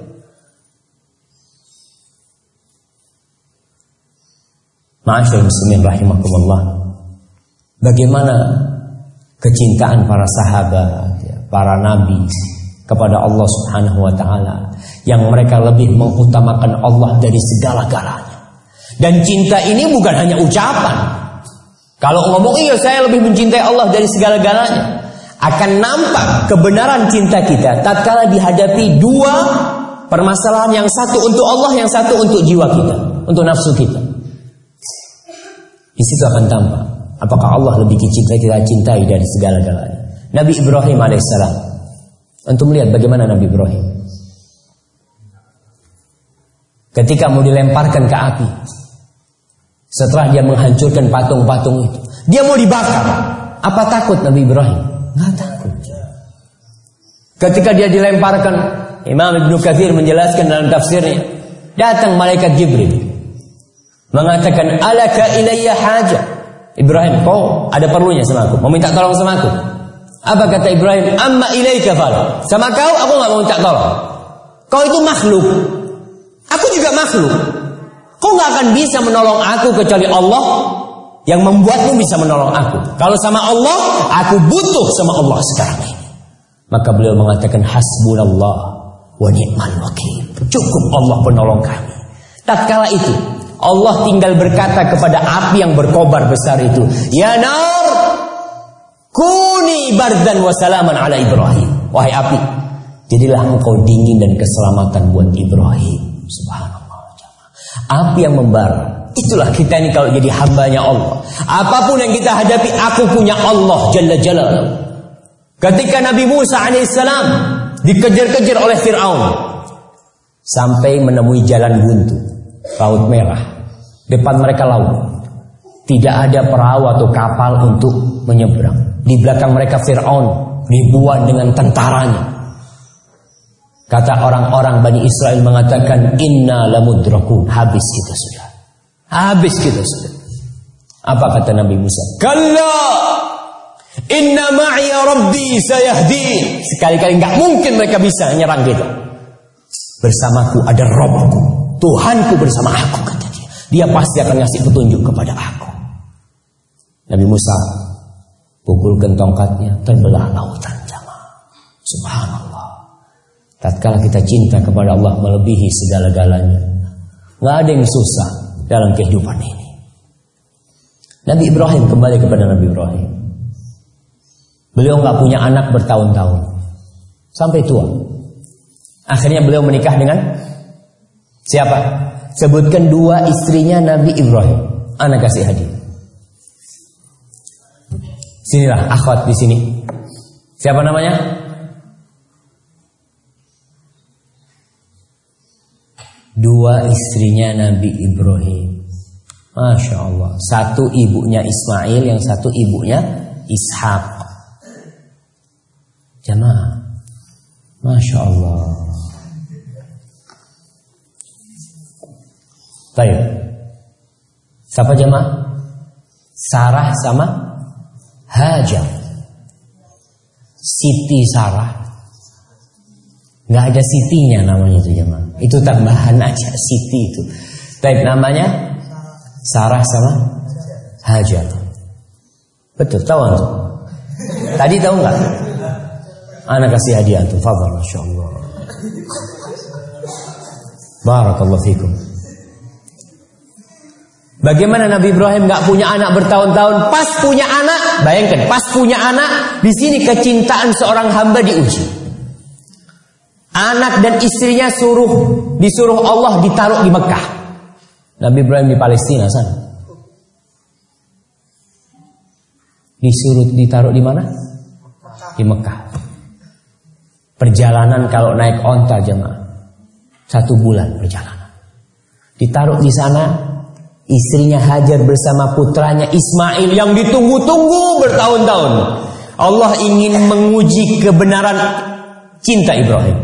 Ma'asyiral muslimin rahimakumullah. Bagaimana kecintaan para sahabat, para nabi kepada Allah Subhanahu wa taala, yang mereka lebih mengutamakan Allah dari segala-galanya. Dan cinta ini bukan hanya ucapan. Kalau ngomong iya saya lebih mencintai Allah dari segala-galanya, akan nampak kebenaran cinta kita tatkala dihadapi 2 permasalahan, yang satu untuk Allah, yang satu untuk jiwa kita, untuk nafsu kita. Di situ akan tampak apakah Allah lebih kita cintai dari segala-galanya. Nabi Ibrahim alaihissalam, antum lihat bagaimana Nabi Ibrahim ketika mau dilemparkan ke api, setelah dia menghancurkan patung-patung itu, dia mau dibakar. Apa takut Nabi Ibrahim? Nggak takut. Ketika dia dilemparkan, Imam Ibnu Katsir menjelaskan dalam tafsirnya, datang malaikat Jibril mengatakan, alaka ilayya haja. Ibrahim, kau ada perlunya sama aku, mau minta tolong sama aku? Apa kata Ibrahim? Amma ilaika fala. Sama kau aku enggak mau minta tolong. Kau itu makhluk, aku juga makhluk. Kau enggak akan bisa menolong aku kecuali Allah yang membuatmu bisa menolong aku. Kalau sama Allah, aku butuh sama Allah sekarang ini. Maka beliau mengatakan, hasbunallah wa ni'mal wakil. Cukup Allah penolong kami. Tatkala itu Allah tinggal berkata kepada api yang berkobar besar itu, ya nar, kuni bardan wa salaman ala Ibrahim. Wahai api, jadilah engkau dingin dan keselamatan buat Ibrahim. Subhanallah. Api yang membara. Itulah kita ini kalau jadi hambanya Allah. Apapun yang kita hadapi, aku punya Allah Jalla Jalaluhu. Ketika Nabi Musa alaihissalam dikejar-kejar oleh Fir'aun sampai menemui jalan buntu, Laut Merah. Depan mereka laut. Tidak ada perahu atau kapal untuk menyeberang. Di belakang mereka Fir'aun ribuan dengan tentaranya. Kata orang-orang Bani Israel mengatakan, inna lamudrakun. Habis kita sudah. Habis kita sudah. Apa kata Nabi Musa? Kalla inna ma'iya rabbi sayahdin. Sekali-kali enggak mungkin mereka bisa menyerang kita. Bersamaku ada Rabbku, Tuhanku bersama aku, kata dia. Dia pasti akan ngasih petunjuk kepada aku. Nabi Musa pukulkan tongkatnya, terbelah lautan, jamaah. Subhanallah. Tatkala kita cinta kepada Allah melebihi segala-galanya, nggak ada yang susah dalam kehidupan ini. Nabi Ibrahim, kembali kepada Nabi Ibrahim. Beliau nggak punya anak bertahun-tahun sampai tua. Akhirnya beliau menikah dengan siapa? Sebutkan 2 istrinya Nabi Ibrahim. Anak kasih hadiah. Sinilah akhwat di sini. Siapa namanya? Dua istrinya Nabi Ibrahim. Masya Allah. Satu ibunya Ismail, yang satu ibunya Ishak. Jamaah, Masya Allah. Baik. Siapa jamaah? Sarah sama Hajar. Siti Sarah. Nggak ada Sitinya namanya itu jemaah. Itu tambahan aja Siti itu. Baik, namanya Sarah sama Hajar. Betul, tahu antum? Tadi tahu nggak? Anak kasih hadiah antum. Fadhal, Masya Allah. Barakallahu fikum. Bagaimana Nabi Ibrahim nggak punya anak bertahun-tahun, pas punya anak, bayangkan, pas punya anak, di sini kecintaan seorang hamba diuji. Anak dan istrinya disuruh Allah ditaruh di Mekah. Nabi Ibrahim di Palestina sana. Disuruh ditaruh di mana? Di Mekah. Perjalanan kalau naik onta jemaah 1 bulan perjalanan. Ditaruh di sana. Istrinya Hajar bersama putranya Ismail yang ditunggu-tunggu bertahun-tahun. Allah ingin menguji kebenaran cinta Ibrahim.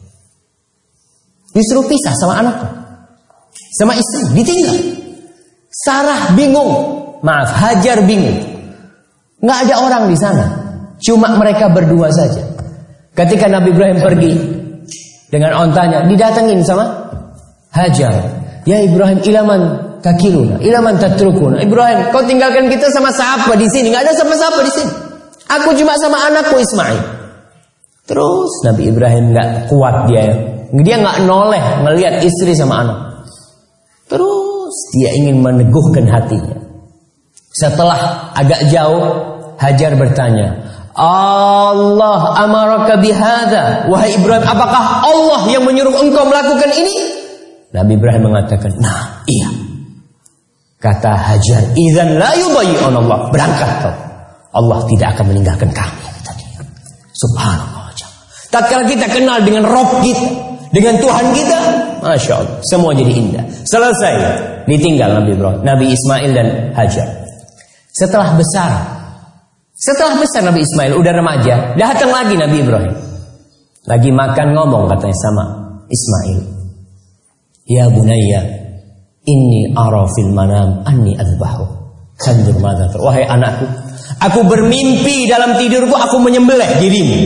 Disuruh pisah sama anaknya, sama istri, ditinggal. Sarah bingung, Hajar bingung. Nggak ada orang di sana, cuma mereka berdua saja. Ketika Nabi Ibrahim pergi dengan ontanya, didatengin sama Hajar. Ya Ibrahim, ilaman takiluna, ilaman tatrukuna. Ibrahim, kau tinggalkan kita sama siapa di sini? Nggak ada siapa-siapa di sini. Aku cuma sama anakku Ismail. Terus Nabi Ibrahim nggak kuat dia nggak noleh ngelihat istri sama anak. Terus dia ingin meneguhkan hatinya. Setelah agak jauh, Hajar bertanya, Allah amaraka bihadza, wahai Ibrahim, apakah Allah yang menyuruh engkau melakukan ini? Nabi Ibrahim mengatakan, nah iya. Kata Hajar, idzan la yudayyi'un Allah, berangkat kau, Allah tidak akan meninggalkan kami. Subhanallah. Tatkala kita kenal dengan Rabb kita, dengan Tuhan kita, Masya Allah, semua jadi indah. Selesai, ditinggal Nabi Ibrahim, Nabi Ismail dan Hajar. Setelah besar Nabi Ismail, udah remaja, datang lagi Nabi Ibrahim. Lagi makan, ngomong katanya sama Ismail, ya bunayya, inni ara fil manam anni azbahu. Sandur madza. Wahai anakku, aku bermimpi dalam tidurku aku menyembelih dirimu.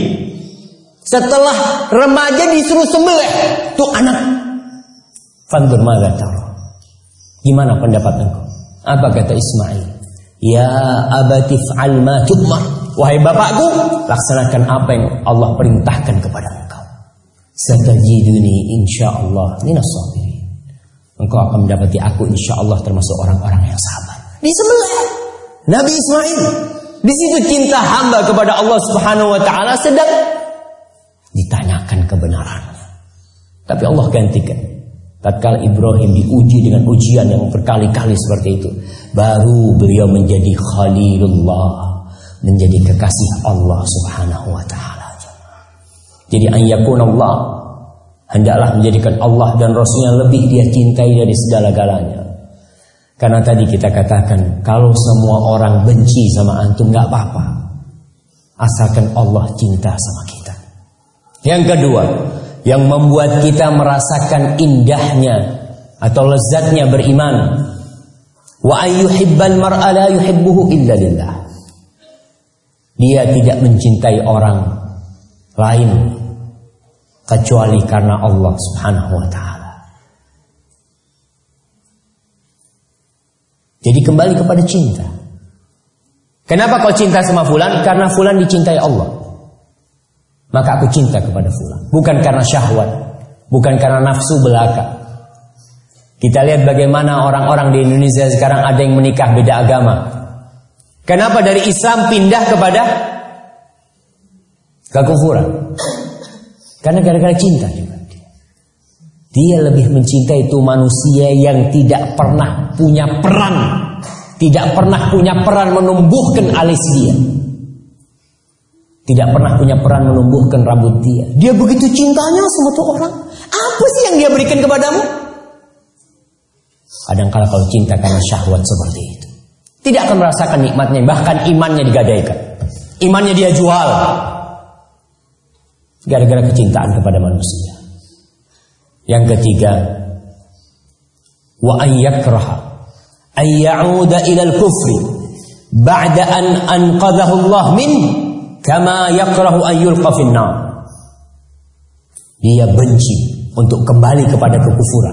Setelah remaja disuruh sembelih tuh anak. Fandur madza tara. Gimana pendapat engkau? Apa kata Ismail? Ya abati fa'al ma tu'mar. Wahai bapakku, laksanakan apa yang Allah perintahkan kepada engkau. Satajiduni insyaallah minas sabirin. Engkau akan mendapati aku insyaallah termasuk orang-orang yang sabar. Disembelih Nabi Ismail. Di situ cinta hamba kepada Allah Subhanahu wa taala sedang ditanyakan kebenarannya. Tapi Allah gantikan. Tatkala Ibrahim diuji dengan ujian yang berkali-kali seperti itu, baru beliau menjadi Khalilullah, menjadi kekasih Allah Subhanahu wa taala. Jadi an yakunallah, hendaklah menjadikan Allah dan Rasulnya lebih dia cintai dari segala-galanya. Karena tadi kita katakan, kalau semua orang benci sama antum gak apa-apa, asalkan Allah cinta sama kita. Yang kedua, yang membuat kita merasakan indahnya atau lezatnya beriman, wa ayyuhibbal mar'a la yuhibbuhu illa lillah. Dia tidak mencintai orang lain kecuali karena Allah Subhanahu wa taala. Jadi kembali kepada cinta. Kenapa kau cinta sama fulan? Karena fulan dicintai Allah. Maka aku cinta kepada fulan. Bukan karena syahwat, bukan karena nafsu belaka. Kita lihat bagaimana orang-orang di Indonesia sekarang ada yang menikah beda agama. Kenapa dari Islam pindah kepada kekufuran? Karena gara-gara cinta juga. Dia lebih mencintai itu manusia yang tidak pernah punya peran, tidak pernah punya peran menumbuhkan alis dia, tidak pernah punya peran menumbuhkan rambut dia. Dia begitu cintanya sama tuh orang. Apa sih yang dia berikan kepadamu? Kadang-kala kalau cinta karena syahwat seperti itu, tidak akan merasakan nikmatnya, bahkan imannya digadaikan, imannya dia jual gara-gara kecintaan kepada manusia. Yang ketiga, wa an yakraha ay ya'uda ila al-kufri ba'da an anqadhahu Allah min kama yakrahu an yulqa fin nar. Dia benci untuk kembali kepada kekufuran.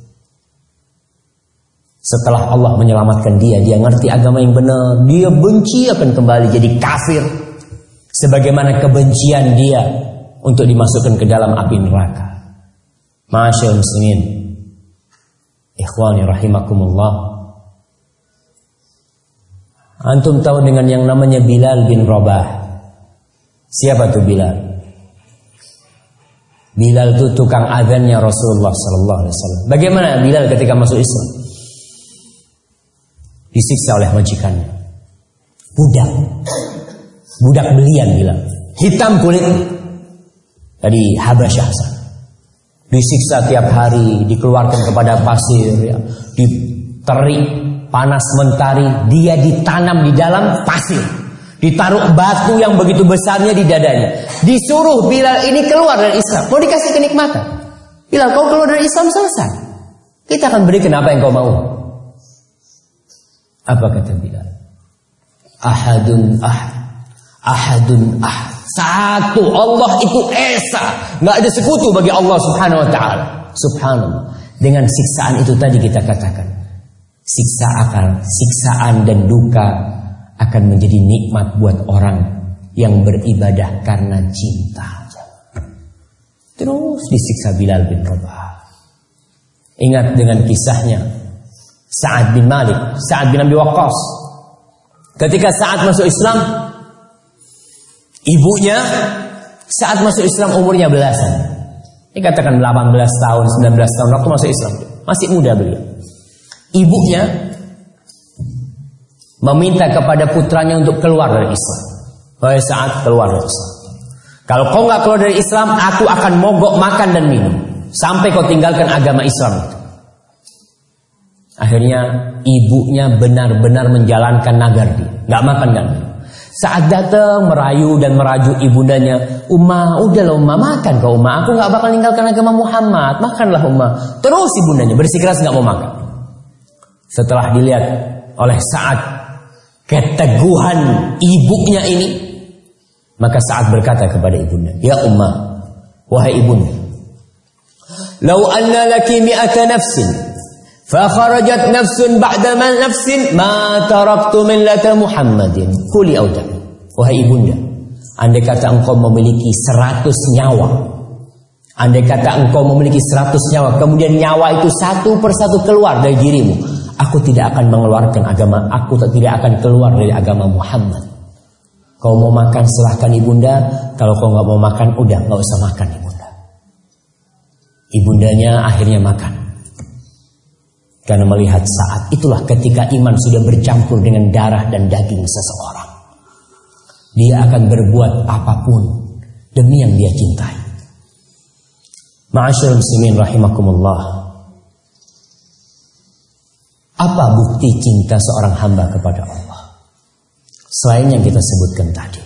Setelah Allah menyelamatkan dia, dia ngerti agama yang benar, dia benci akan kembali jadi kafir. Sebagaimana kebencian dia untuk dimasukkan ke dalam api neraka. Ma'asyiral muslimin, ikhwani rahimakumullah. Antum tahu dengan yang namanya Bilal bin Rabah? Siapa tuh Bilal? Bilal itu tukang azannya Rasulullah sallallahu alaihi wasallam. Bagaimana Bilal ketika masuk Islam? Disiksa oleh majikannya. Budak belian Bilal. Hitam kulit dari Habasyah sana. Disiksa tiap hari, dikeluarkan kepada pasir, ya. Diterik panas mentari, dia ditanam di dalam pasir. Ditaruh batu yang begitu besarnya di dadanya. Disuruh Bilal ini keluar dari Islam. Mau dikasih kenikmatan. Bilal, kau keluar dari Islam selesai. Kita akan berikan apa yang kau mau. Apa kata Bilal? Ahadun ahad. Ahadun ahad. Satu, Allah itu esa. Nggak ada sekutu bagi Allah subhanahu wa ta'ala. Subhanallah. Dengan siksaan itu tadi kita katakan, siksaan dan duka akan menjadi nikmat buat orang yang beribadah karena cinta. Terus disiksa Bilal bin Rabah. Ingat dengan kisahnya Sa'ad bin Malik, Sa'ad bin Abi Waqqas. Ketika Sa'ad masuk Islam, ibunya saat masuk Islam umurnya belasan. Ini katakan 18 tahun, 19 tahun waktu masuk Islam. Masih muda beliau. Ibunya meminta kepada putranya untuk keluar dari Islam. Wahai Sa'ad, keluar dari Islam. Kalau kau nggak keluar dari Islam, aku akan mogok makan dan minum sampai kau tinggalkan agama Islam. Akhirnya ibunya benar-benar menjalankan nagar dia, nggak makan dan minum. Saat datang merayu dan merajuk ibundanya, Ummah, udahlah Ummah, makan kau Ummah, aku nggak bakal meninggalkan agama Muhammad, makanlah Ummah. Terus ibundanya bersikeras nggak mau makan. Setelah dilihat oleh Sa'ad keteguhan ibunya ini, maka Sa'ad berkata kepada ibunda, ya Ummah, wahai ibunda, lau anna laki mi'ata nafsin fakharajat nafsun ba'da man nafsin ma taraktu millata Muhammadin quli auda. Wahai ibunda, andai kata engkau memiliki 100 nyawa, andai kata engkau memiliki 100 nyawa, kemudian nyawa itu satu persatu keluar dari dirimu, aku tidak akan mengeluarkan agama, aku tidak akan keluar dari agama Muhammad. Kau mau makan silahkan ibunda, kalau kau nggak mau makan udah nggak usah makan ibunda. Ibundanya akhirnya makan. Karena melihat saat itulah ketika iman sudah bercampur dengan darah dan daging seseorang, dia akan berbuat apapun demi yang dia cintai. Ma'asyiral muslimin rahimakumullah. Apa bukti cinta seorang hamba kepada Allah? Selain yang kita sebutkan tadi,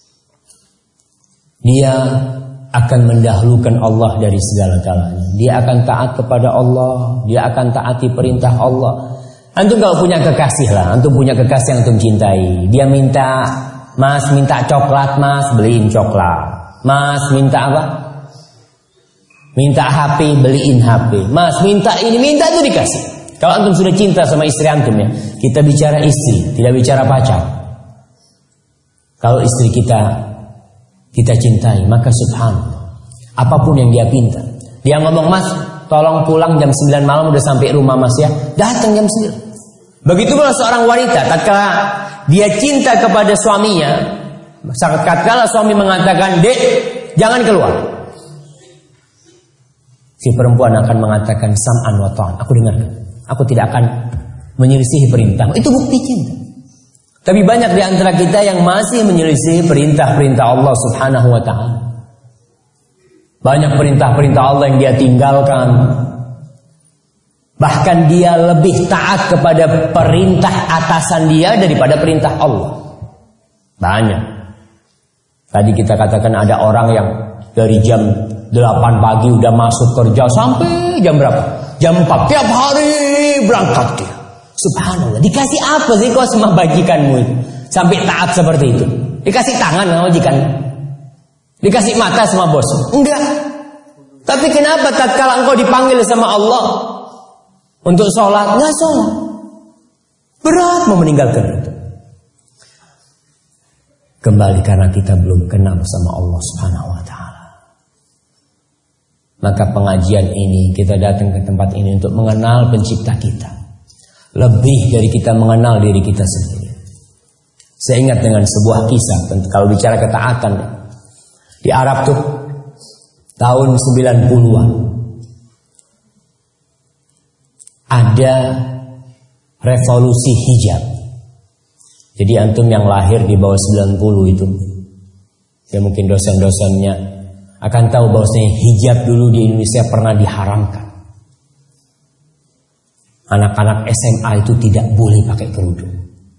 dia akan mendahulukan Allah dari segala-galanya. Dia akan taat kepada Allah, dia akan taati perintah Allah. Antum kalau punya kekasih lah, antum punya kekasih yang antum cintai. Dia minta, Mas minta coklat, Mas beliin coklat. Mas minta apa? Minta HP, beliin HP. Mas minta ini, minta itu dikasih. Kalau antum sudah cinta sama istri antum ya, kita bicara istri, tidak bicara pacar. Kalau istri kita cintai, maka subhanallah, apapun yang dia pinta. Dia ngomong, Mas tolong pulang jam 9 malam udah sampai rumah Mas ya, datang jam 9. Begitu pula seorang wanita, tatkala dia cinta kepada suaminya, tatkala suami mengatakan, Dek jangan keluar, si perempuan akan mengatakan, sam'an wa ta'an, aku dengarkan, aku tidak akan menyelisihi perintah. Itu bukti cinta. Tapi banyak di antara kita yang masih menyelisih perintah-perintah Allah subhanahu wa ta'ala. Banyak perintah-perintah Allah yang dia tinggalkan. Bahkan dia lebih taat kepada perintah atasan dia daripada perintah Allah. Banyak. Tadi kita katakan ada orang yang dari jam 8 pagi udah masuk kerja sampai jam berapa? Jam 4. Tiap hari berangkat dia. Subhanallah. Dikasih apa sih kau sama bajikanmu itu? Sampai taat seperti itu. Dikasih tangan sama majikan? Dikasih mata sama bos? Enggak. Tapi kenapa tatkala engkau dipanggil sama Allah untuk sholat, nggak sholat? Berat mau meninggalkan itu. Kembali karena kita belum kenal sama Allah Subhanahu wa ta'ala. Maka pengajian ini, kita datang ke tempat ini untuk mengenal pencipta kita. Lebih dari kita mengenal diri kita sendiri. Saya ingat dengan sebuah kisah, kalau bicara ketaatan. Di Arab tuh, tahun 90-an. Ada revolusi hijab. Jadi antum yang lahir di bawah 90 itu, ya mungkin dosen-dosennya akan tahu bahwasanya hijab dulu di Indonesia pernah diharamkan. Anak-anak SMA itu tidak boleh pakai kerudung.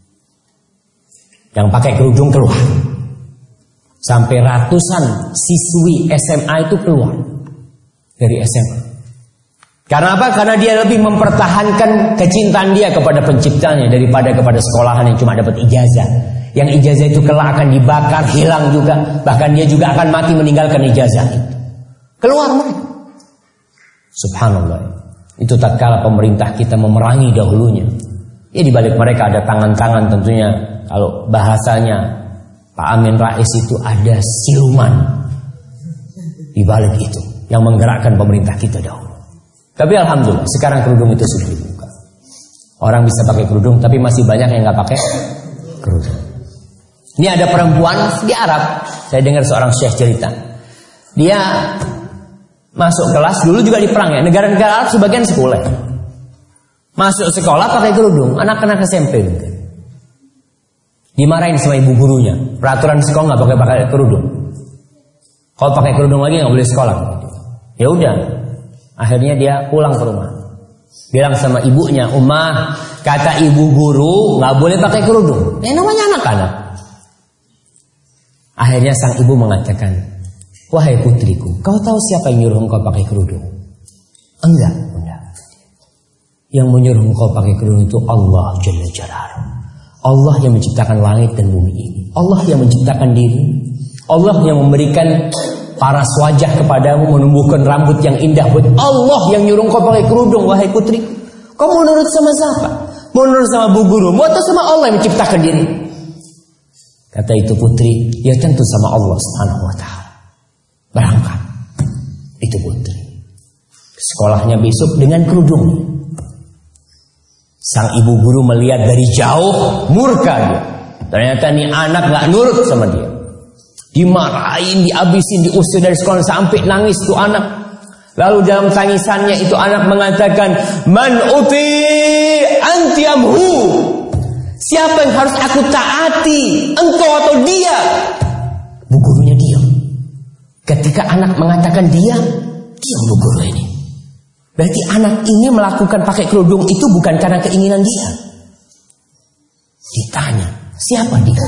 Yang pakai kerudung keluar. Sampai ratusan siswi SMA itu keluar dari SMA. Karena apa? Karena dia lebih mempertahankan kecintaan dia kepada penciptanya daripada kepada sekolahan yang cuma dapat ijazah. Yang ijazah itu kelak akan dibakar, hilang juga. Bahkan dia juga akan mati meninggalkan ijazah itu. Keluar mereka. Subhanallah. Itu tatkala pemerintah kita memerangi dahulunya. Ya di balik mereka ada tangan-tangan tentunya. Kalau bahasanya Pak Amin Rais itu ada siluman di balik itu yang menggerakkan pemerintah kita dahulu. Tapi alhamdulillah sekarang kerudung itu sudah dibuka. Orang bisa pakai kerudung, tapi masih banyak yang nggak pakai kerudung. Ini ada perempuan di Arab. Saya dengar seorang syekh cerita. Dia masuk kelas dulu juga di perang ya. Negara-negara Arab sebagian sekolah. Masuk sekolah pakai kerudung, anak-anak SMP mungkin. Dimarahin sama ibu gurunya. Peraturan sekolah nggak pakai kerudung. Kalau pakai kerudung lagi nggak boleh sekolah. Ya udah. Akhirnya dia pulang ke rumah. Bilang sama ibunya, "Ummah, kata ibu guru nggak boleh pakai kerudung." Namanya anak-anak. Akhirnya sang ibu mengatakan, "Wahai putriku, kau tahu siapa yang nyuruh engkau pakai kerudung?" "Enggak, Bunda." "Yang menyuruh engkau pakai kerudung itu Allah Jalla Jalaluhu. Allah yang menciptakan langit dan bumi ini. Allah yang menciptakan diri. Allah yang memberikan paras wajah kepadamu, menumbuhkan rambut yang indah buat Allah yang nyuruh kau pakai kerudung, wahai putri. Kau mau nurut sama siapa? Mau nurut sama bu gurumu atau sama Allah yang menciptakan diri?" Kata itu putri, ya tentu sama Allah Subhanahu wa ta'ala. Berangkat. Itu putri. Sekolahnya besok dengan kerudung. Sang ibu guru melihat dari jauh, murka dia. Ternyata ini anak gak nurut sama dia. Dimarahin, dihabisin, diusir dari sekolah sampai nangis tuh anak. Lalu dalam tangisannya itu anak mengatakan, "Man uti anti amhu." Siapa yang harus aku taati, engkau atau dia? Bu gurunya diam. Ketika anak mengatakan diam bu guru ini. Berarti anak ini melakukan pakai kerudung itu bukan karena keinginan dia. Ditanya, siapa dia?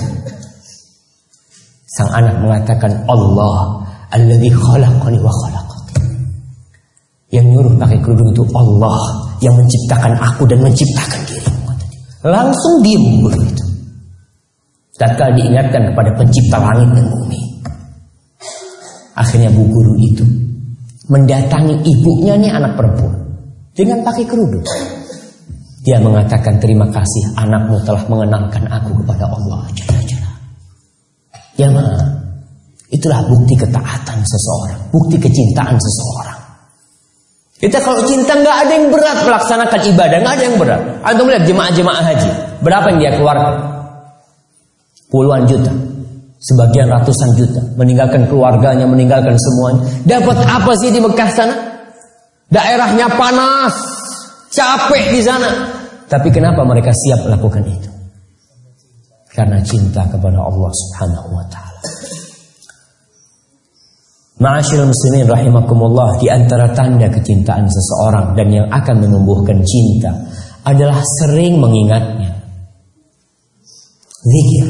Sang anak mengatakan, "Allah alladzi khalaqani wa khalaqaki." Yang nyuruh pakai kerudung itu Allah yang menciptakan aku dan menciptakan dirimu. Langsung diam guru itu. Tatkala diingatkan kepada pencipta langit dan bumi. Akhirnya bu guru itu mendatangi ibunya nih anak perempuan dengan pakai kerudung. Dia mengatakan, "Terima kasih anakmu telah mengenalkan aku kepada Allah Jalla Jalla." Ya ma, itulah bukti ketaatan seseorang, bukti kecintaan seseorang. Kita kalau cinta nggak ada yang berat melaksanakan ibadah, nggak ada yang berat. Antum lihat jemaah-jemaah haji, berapa yang dia keluarkan? Puluhan juta, sebagian ratusan juta, meninggalkan keluarganya, meninggalkan semuanya. Dapat apa sih di Mekah sana? Daerahnya panas, capek di sana. Tapi kenapa mereka siap melakukan itu? Karena cinta kepada Allah Subhanahu wa ta'ala. Ma'asyiral muslimin rahimakumullah, di antara tanda kecintaan seseorang dan yang akan menumbuhkan cinta adalah sering mengingatnya. Zikir.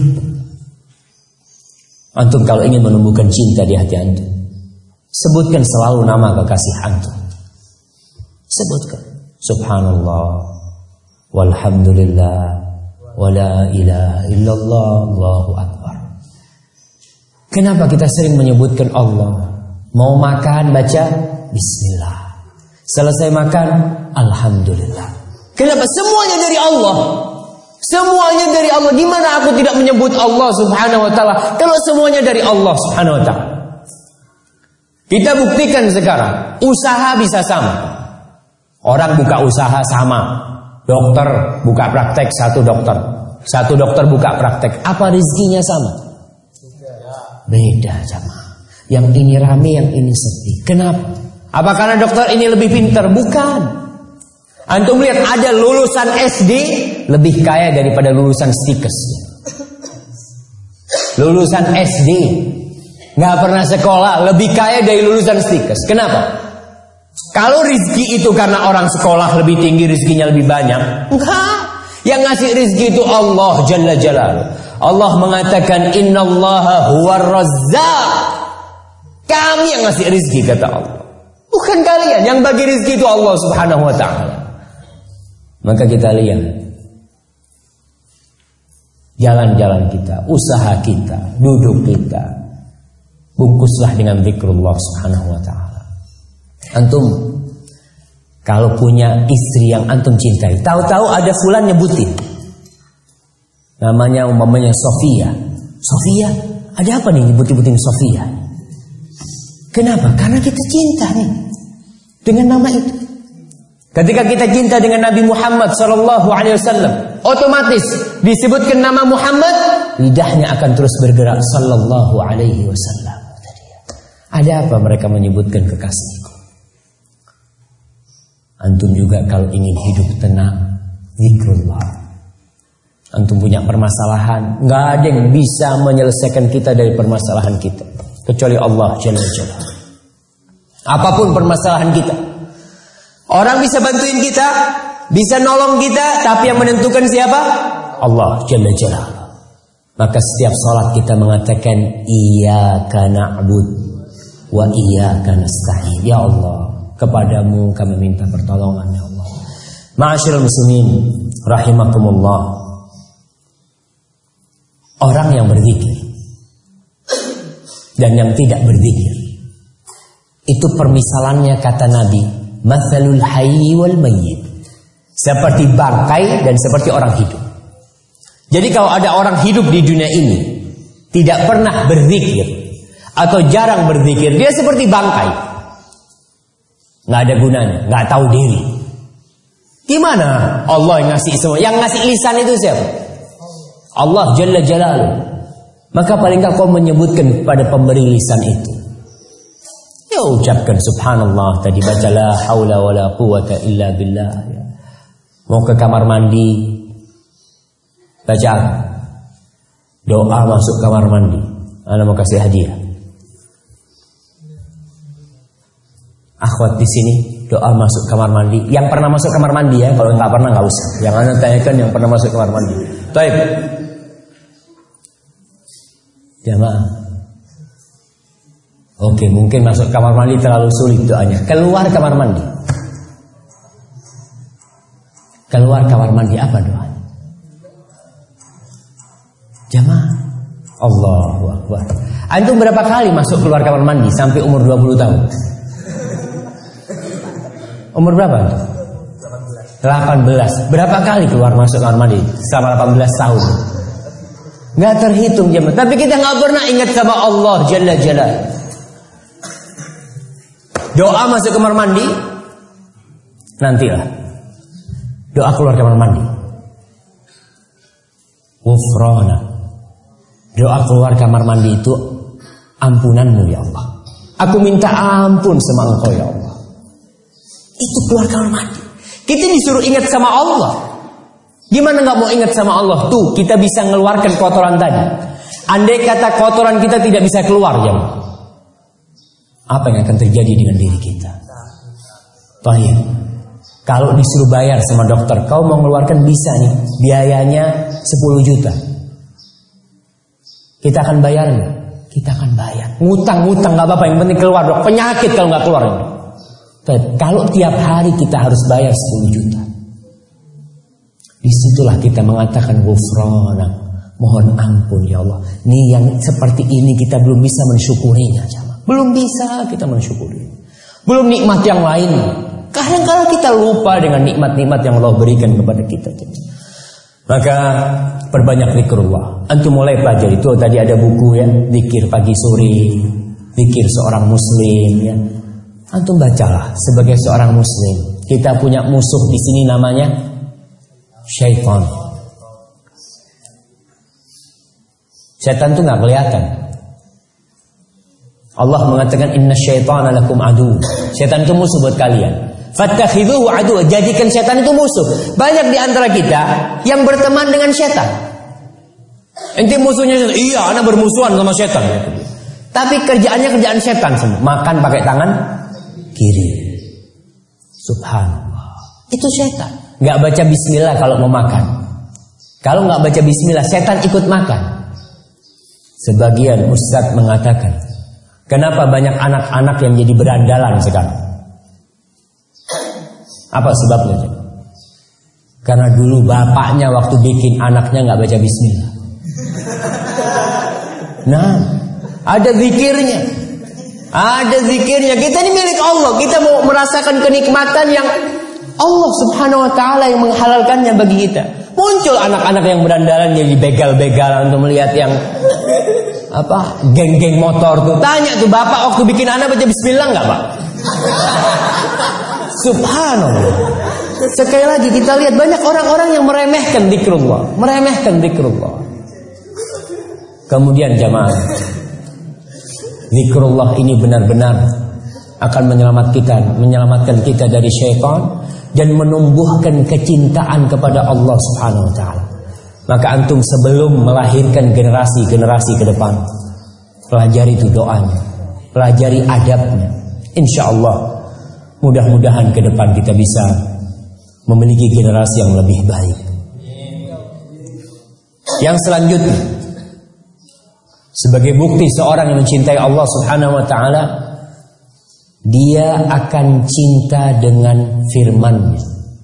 Antum kalau ingin menumbuhkan cinta di hati antum, sebutkan selalu nama kekasih antum. Sebutkan subhanallah walhamdulillah wala ilaha illallah Allahu akbar. Kenapa kita sering menyebutkan Allah? Mau makan baca bismillah. Selesai makan alhamdulillah. Kenapa? Semuanya dari Allah. Semuanya dari Allah. Di mana aku tidak menyebut Allah Subhanahu wa taala kalau semuanya dari Allah Subhanahu wa taala? Kita buktikan sekarang, usaha bisa sama. Orang buka usaha sama. Dokter buka praktek, satu dokter buka praktek. Apa rezekinya sama? Beda jamaah. Yang ini rame, yang ini sepi. Kenapa? Apa karena dokter ini lebih pintar? Bukan. Antum lihat ada lulusan SD lebih kaya daripada lulusan stikes. Lulusan SD nggak pernah sekolah lebih kaya dari lulusan stikes. Kenapa? Kalau rizki itu karena orang sekolah lebih tinggi, rizkinya lebih banyak. Enggak. Yang ngasih rizki itu Allah Jalla Jalaluhu. Allah mengatakan innallaha huwar razzaq. Kami yang ngasih rizki, kata Allah. Bukan kalian. Yang bagi rizki itu Allah Subhanahu wa ta'ala. Maka kita lihat jalan-jalan kita, usaha kita, duduk kita, bungkuslah dengan zikrullah Subhanahu wa ta'ala. Antum kalau punya istri yang antum cintai, tahu-tahu ada fulan nyebutin namanya, umpamanya Sofia. Sofia, ada apa nih nyebut-nyebutin Sofia? Kenapa? Karena kita cinta nih dengan nama itu. Ketika kita cinta dengan Nabi Muhammad SAW, otomatis disebutkan nama Muhammad, lidahnya akan terus bergerak sallallahu alaihi wasallam. Ada apa mereka menyebutkan kekasihku? Antum juga kalau ingin hidup tenang, zikrullah. Antum punya permasalahan, nggak ada yang bisa menyelesaikan kita dari permasalahan kita kecuali Allah Jalla Jalla. Apapun permasalahan kita, orang bisa bantuin kita, bisa nolong kita, tapi yang menentukan siapa? Allah Jalla Jalla. Maka setiap salat kita mengatakan iyyaka na'bud wa iyyaka nasta'in. Ya Allah, kepadamu kami minta pertolongan, ya Allah. Ma'asyiral muslimin rahimakumullah. Orang yang berzikir dan yang tidak berzikir, itu permisalannya kata Nabi, matsalul hayyi wal mayyit, seperti bangkai dan seperti orang hidup. Jadi kalau ada orang hidup di dunia ini tidak pernah berzikir atau jarang berzikir, dia seperti bangkai, nggak ada gunanya, nggak tahu diri. Gimana Allah yang ngasih semua? Yang ngasih lisan itu siapa? Allah Jalla Jalaluhu. Maka paling enggak kau menyebutkan pada pemberi lisan itu, ya ucapkan subhanallah, tadi baca la haula wala quwata illa billah. Mau ke kamar mandi, baca doa masuk kamar mandi, ana mau kasih hadiah. Akhwat di sini doa masuk kamar mandi. Yang pernah masuk kamar mandi ya, kalau enggak pernah enggak usah. Yang ana tanyakan yang pernah masuk kamar mandi. Baik. Jamaah. Oke, mungkin masuk kamar mandi terlalu sulit doanya. Keluar kamar mandi. Keluar kamar mandi apa doanya? Jamaah. Allahu Akbar. Antum berapa kali masuk keluar kamar mandi sampai umur 20 tahun? Umur berapa? 18. Berapa kali keluar masuk kamar mandi selama 18 tahun? Nggak terhitung jemaah. Tapi kita nggak pernah ingat sama Allah Jalla Jalla. Doa masuk kamar mandi, nantilah. Doa keluar kamar mandi, ghufrana. Doa keluar kamar mandi itu ampunanmu ya Allah. Aku minta ampun sama Engkau ya Allah. Itu keluar kamar mandi. Kita disuruh ingat sama Allah. Gimana gak mau ingat sama Allah? Tuh kita bisa mengeluarkan kotoran tadi. Andai kata kotoran kita tidak bisa keluar ya, Apa yang akan terjadi dengan diri kita? Baik. Kalau disuruh bayar sama dokter, kau mau mengeluarkan bisa nih, biayanya 10 juta. Kita akan bayar nggak? Kita akan bayar. Ngutang nggak apa-apa, yang penting keluar dok. Penyakit kalau nggak keluar. Kalau tiap hari kita harus bayar 10 juta, disitulah kita mengatakan ghufrana, mohon ampun ya Allah. Nih yang seperti ini kita belum bisa mensyukurinya, belum bisa kita mensyukuri. Belum nikmat yang lain. Kadang-kadang kita lupa dengan nikmat-nikmat yang Allah berikan kepada kita. Maka perbanyak zikrullah. Antum mulai pelajari itu, tadi ada buku ya, zikir pagi sore, zikir seorang muslim ya. Antum bacalah sebagai seorang muslim. Kita punya musuh di sini namanya syaitan. Syaitan itu nggak kelihatan. Allah mengatakan inna syaitana lakum adu. Syaitan itu musuh buat kalian. Fattakhidhuhu adu, jadikan syaitan itu musuh. Banyak di antara kita yang berteman dengan syaitan. Ente musuhnya syaitan. Iya, anak bermusuhan sama syaitan. Tapi kerjaannya kerjaan syaitan semua. Makan pakai tangan kiri. Subhanallah. Itu syaitan. Gak baca bismillah kalau mau makan. Kalau gak baca bismillah, syaitan ikut makan. Sebagian ustadz mengatakan, kenapa banyak anak-anak yang jadi berandalan sekarang? Apa sebabnya? Karena dulu bapaknya waktu bikin anaknya gak baca bismillah. Nah, ada zikirnya. Ada zikirnya. Kita ini milik Allah. Kita mau merasakan kenikmatan yang Allah subhanahu wa ta'ala yang menghalalkannya bagi kita. Muncul anak-anak yang berandalan jadi begal-begal untuk melihat yang geng-geng motor tuh. Tanya tuh bapak waktu bikin anak baca bismillah enggak, Pak? Subhanallah. Sekali lagi kita lihat banyak orang-orang yang meremehkan zikrullah, Kemudian jamaah, zikrullah ini benar-benar akan menyelamatkan kita dari syaitan dan menumbuhkan kecintaan kepada Allah Subhanahu wa taala. Maka antum sebelum melahirkan generasi ke depan, pelajari itu doanya, pelajari adabnya. Insyaallah mudah-mudahan ke depan kita bisa memiliki generasi yang lebih baik. Yang selanjutnya, sebagai bukti seorang yang mencintai Allah Subhanahu wa taala, dia akan cinta dengan firman-Nya,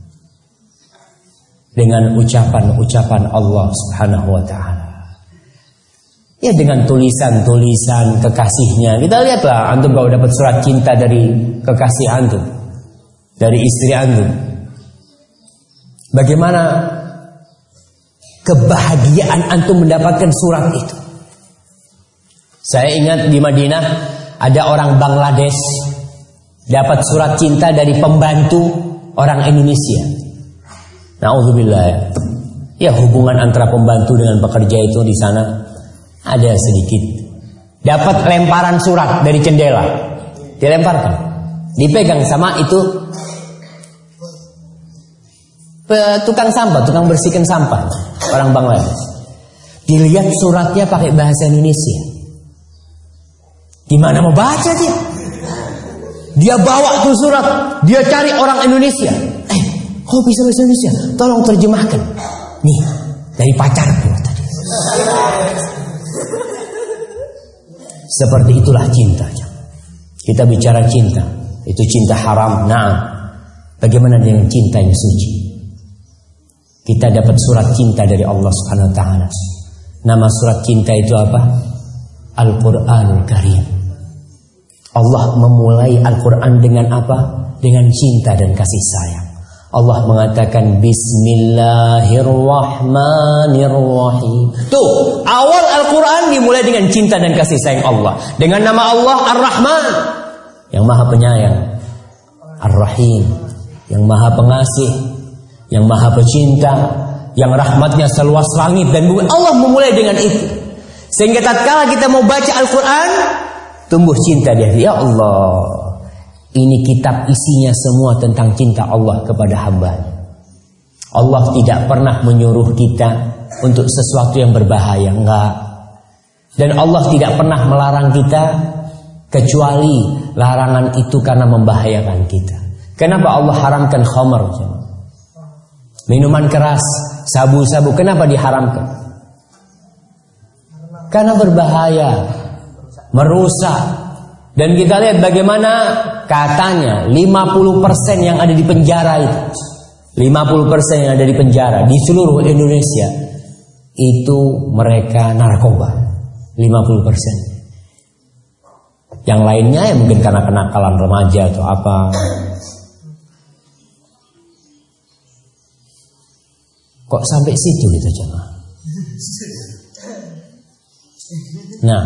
dengan ucapan-ucapan Allah Subhanahu wa taala. Ya, dengan tulisan-tulisan kekasihnya. Kita lihatlah antum kalau dapat surat cinta dari kekasih antum, dari istri antum, bagaimana kebahagiaan antum mendapatkan surat itu. Saya ingat di Madinah ada orang Bangladesh dapat surat cinta dari pembantu orang Indonesia. Na'udzubillah. Ya, hubungan antara pembantu dengan pekerja itu di sana ada sedikit. Dapat lemparan surat dari jendela, dilemparkan, dipegang sama itu tukang sampah, tukang bersihkan sampah orang Bangladesh. Dilihat suratnya pakai bahasa Indonesia. Gimana mau baca dia? Dia bawa tuh surat, dia cari orang Indonesia. Kau bisa bahasa Indonesia? Tolong terjemahkan. Nih, dari pacarku tadi. Seperti itulah cinta. Kita bicara cinta, itu cinta haram. Nah, bagaimana dengan cinta yang suci? Kita dapat surat cinta dari Allah Subhanahu wa taala. Nama surat cinta itu apa? Al-Qur'anul Karim. Allah memulai Al-Quran dengan apa? Dengan cinta dan kasih sayang. Allah mengatakan Bismillahirrahmanirrahim. Tuh, awal Al-Quran dimulai dengan cinta dan kasih sayang Allah. Dengan nama Allah Ar-Rahman, yang maha penyayang, Ar-Rahim, yang maha pengasih, yang maha pecinta, yang rahmatnya seluas langit dan bumi. Allah memulai dengan itu. Sehingga tatkala kita mau baca Al-Quran, tumbuh cinta dia. Ya Allah, ini kitab isinya semua tentang cinta Allah kepada hamba-Nya. Allah tidak pernah menyuruh kita untuk sesuatu yang berbahaya, enggak. Dan Allah tidak pernah melarang kita kecuali larangan itu karena membahayakan kita. Kenapa Allah haramkan khamar? Minuman keras, sabu-sabu, kenapa diharamkan? Karena berbahaya, merusak. Dan kita lihat bagaimana katanya 50% yang ada di penjara itu, 50% yang ada di penjara di seluruh Indonesia itu mereka narkoba, 50%. Yang lainnya ya mungkin karena kenakalan remaja atau apa. Kok sampai situ gitu jemaah? Nah,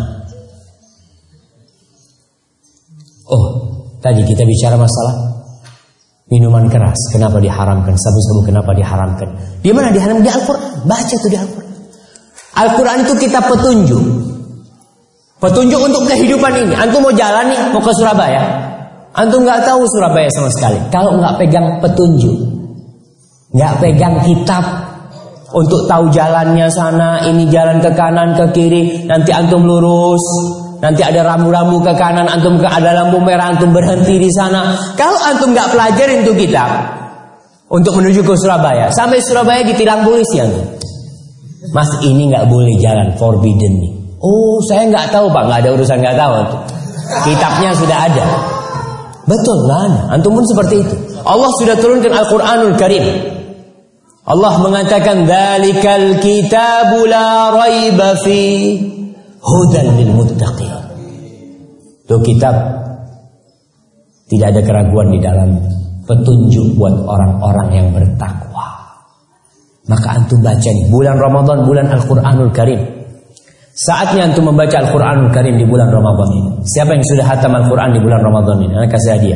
tadi kita bicara masalah minuman keras, kenapa diharamkan? Sabu-sabu kenapa diharamkan? Di mana diharamkan? Di Al-Quran. Baca tuh di Al-Quran. Al-Quran itu kita petunjuk. Petunjuk untuk kehidupan ini. Antum mau jalan nih, mau ke Surabaya. Antum nggak tahu Surabaya sama sekali. Kalau nggak pegang petunjuk, nggak pegang kitab untuk tahu jalannya sana, ini jalan ke kanan, ke kiri, nanti antum lurus, nanti ada rambu-rambu ke kanan, antum ada lampu merah, antum berhenti di sana. Kalau antum nggak pelajarin tuh kitab untuk menuju ke Surabaya, sampai Surabaya ditilang polisi antum. Mas, ini nggak boleh jalan, forbidden nih. Oh, saya nggak tahu Pak, nggak ada urusan nggak tahu. Kitabnya sudah ada. Betul kan? Antum pun seperti itu. Allah sudah turunkan Al-Quranul Karim. Allah mengatakan, "Dzalikal kitabu la raiba fi hudan lil muttaqin." Itu kitab tidak ada keraguan di dalam, petunjuk buat orang-orang yang bertakwa. Maka antum baca nih, bulan Ramadan, bulan Al-Quranul Karim. Saatnya antum membaca Al-Quranul Karim di bulan Ramadan ini. Siapa yang sudah khatam Al-Quran di bulan Ramadan ini? Anak kasih hadiah.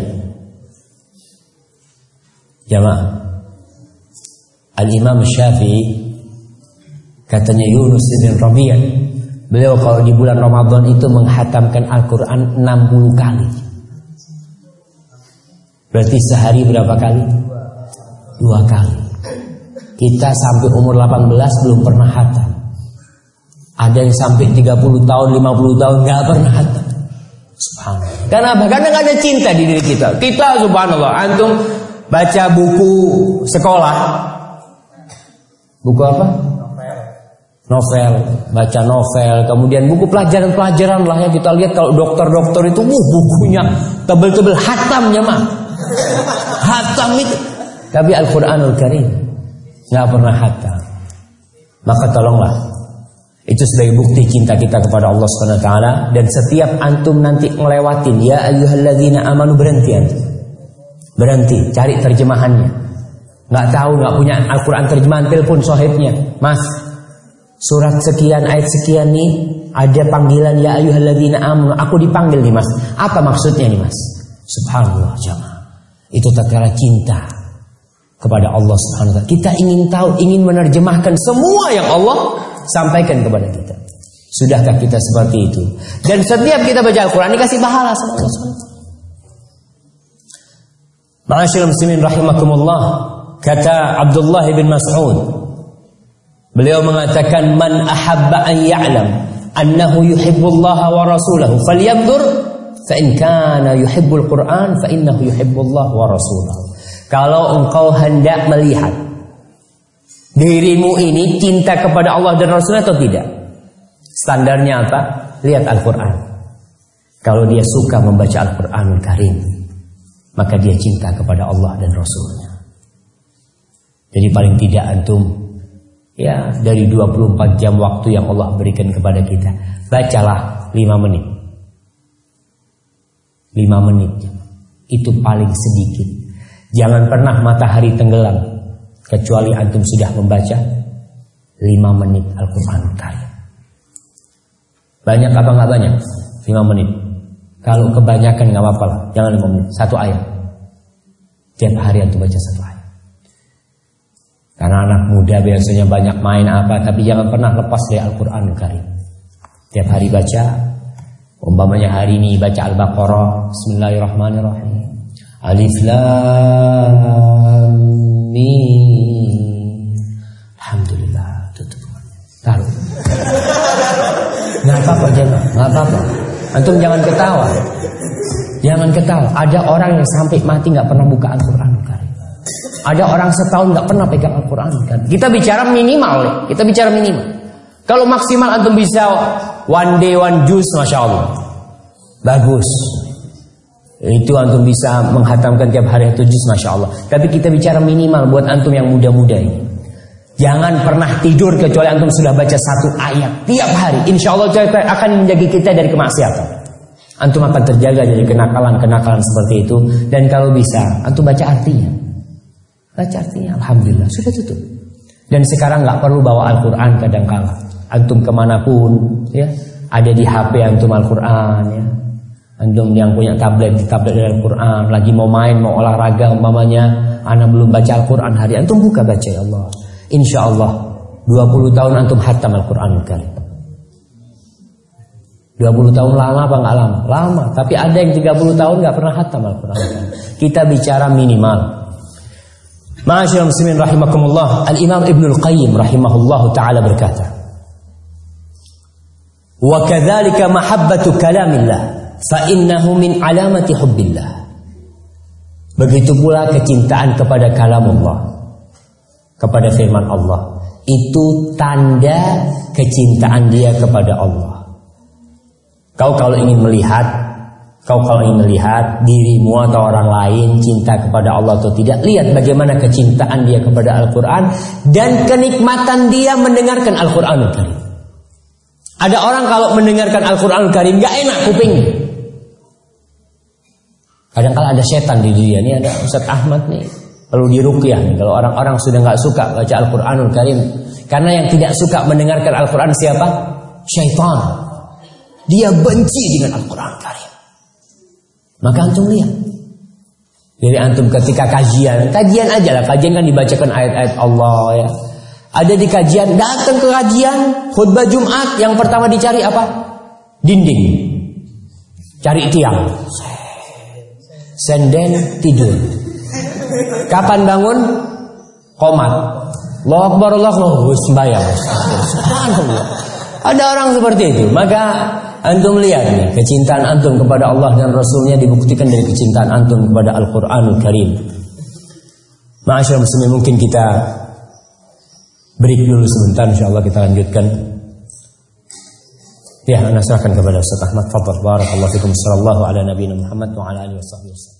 Jamaah, Al-Imam Syafi'i, katanya Yunus bin Rabi'ah, beliau kalau di bulan Ramadan itu menghatamkan Al-Quran 60 kali. Berarti sehari berapa kali? 2 kali. Kita sampai umur 18 belum pernah hatam. Ada yang sampai 30 tahun, 50 tahun nggak pernah hatam. Subhanallah. Kenapa? Karena nggak ada cinta di diri kita. Kita subhanallah, antum baca buku sekolah. Buku apa? Novel. Baca novel. Kemudian buku pelajaran-pelajaran lah ya. Kita lihat kalau dokter-dokter itu bukunya tebel-tebel, hatamnya mah. Hatam itu. Tapi Al-Quranul Karim nggak pernah hatam. Maka tolonglah, itu sebagai bukti cinta kita kepada Allah Subhanahu wa taala. Dan setiap antum nanti ngelewatin ya ayyuhalladzina amanu, berhenti antum. Berhenti, cari terjemahannya. Nggak tahu, nggak punya Al-Quran terjemahan, telepon sohibnya. Mas, surat sekian, ayat sekian nih ada panggilan ya ayyuhalladzina amanu. Aku dipanggil nih Mas. Apa maksudnya nih Mas? Subhanallah jamaah. Itu tatkala cinta kepada Allah Subhanahu wa taala. Kita ingin tahu, ingin menerjemahkan semua yang Allah sampaikan kepada kita. Sudahkah kita seperti itu? Dan setiap kita baca Al-Quran dikasih pahala sama Allah SWT. Ma'asyiral muslimin rahimakumullah, kata Abdullah bin Mas'ud, beliau mengatakan, "Man ahabba an ya'lam annahu yuhibbullaha wa rasulahu falyanzur fa in kana yuhibbul Qur'an fa innahu yuhibbullaha wa rasulahu." Kalau engkau hendak melihat dirimu ini cinta kepada Allah dan Rasulnya atau tidak, standarnya apa? Lihat Al-Quran. Kalau dia suka membaca Al-Quranul Karim, maka dia cinta kepada Allah dan Rasulnya. Jadi paling tidak antum, ya dari 24 jam waktu yang Allah berikan kepada kita, bacalah 5 menit. 5 menit. Itu paling sedikit. Jangan pernah matahari tenggelam kecuali antum sudah membaca 5 menit Al-Quranul Karim. Banyak apa nggak banyak? 5 menit. Kalau kebanyakan nggak apa-apa lah. Jangan 5 menit. 1 ayat. Tiap hari antum baca 1 ayat. Karena anak muda biasanya banyak main apa, tapi jangan pernah lepas dari Al-Quranul Karim. Tiap hari baca. Umpamanya hari ini baca Al-Baqarah. Bismillahirrahmanirrahim. Alif Lam Mim. Alhamdulillah. Tutup. Taruh. Nggak apa-apa jemaah, nggak apa-apa. Antum jangan ketawa. Jangan ketawa. Ada orang yang sampai mati nggak pernah buka Al-Quran Karim. Ada orang setahun nggak pernah pegang Al-Quran Karim. Kita bicara minimal nih. Kita bicara minimal. Kalau maksimal antum bisa one day one juz, masya Allah, bagus. Itu antum bisa menghatamkan tiap hari 1 juz, masya Allah. Tapi kita bicara minimal buat antum yang muda-muda ini. Jangan pernah tidur kecuali antum sudah baca 1 ayat tiap hari. Insya Allah akan menjaga kita dari kemaksiatan. Antum akan terjaga dari kenakalan-kenakalan seperti itu. Dan kalau bisa, antum baca artinya. Baca artinya, alhamdulillah, sudah tutup. Dan sekarang nggak perlu bawa Al-Quran kadang-kala. Antum kemanapun, ya, ada di HP antum Al-Quran, ya. Antum yang punya tablet, di tablet Al-Quran, lagi mau main, mau olahraga, umpamanya, anak belum baca Al-Quran hari, antum buka baca, ya Allah. Insya Allah 20 tahun antum hatam Al-Quran Karim. 20 tahun lama apa nggak lama? Lama. Tapi ada yang 30 tahun nggak pernah hatam Al-Quran Karim. Kita bicara minimal. Ma'asyiral muslimin rahimakumullah. Al-Imam Ibnul Qayyim rahimahullahu taala berkata, "Wa kadzalika mahabbatu kalamillah, fa innahu min alamati hubbillah." Begitu pula kecintaan kepada kalamullah, kepada firman Allah, itu tanda kecintaan dia kepada Allah. Kau kalau ingin melihat dirimu atau orang lain cinta kepada Allah atau tidak, lihat bagaimana kecintaan dia kepada Al-Quran dan kenikmatan dia mendengarkan Al-Quranul Karim. Ada orang kalau mendengarkan Al-Quranul Karim gak enak kupingnya. Kadang-kala ada setan di dunia. Ini ada Ustaz Ahmad nih, perlu diruqyah nih. Kalau orang-orang sudah gak suka baca Al-Quranul Karim, karena yang tidak suka mendengarkan Al-Quran siapa? Syaitan. Dia benci dengan Al-Quran Karim. Maka antum lihat, jadi antum ketika kajian aja lah. Kajian kan dibacakan ayat-ayat Allah, ya. Ada di kajian, datang ke kajian khutbah Jumat, yang pertama dicari apa? Dinding. Cari tiang. Senden tidur. Kapan bangun? Qomat. Allahu Akbar, Allahu Akbar, sembahyang. Ada orang seperti itu. Maka antum lihat nih, kecintaan antum kepada Allah dan Rasulnya dibuktikan dari kecintaan antum kepada Al-Quranul Karim. Ma'asyiral muslimin, mungkin kita break dulu sebentar, insyaallah kita lanjutkan. Ya, ana serahkan kepada Ustaz Ahmad. Fadhal barakallahu fikum. Sallallahu ala nabiyina Muhammad wa ala alihi wasallam.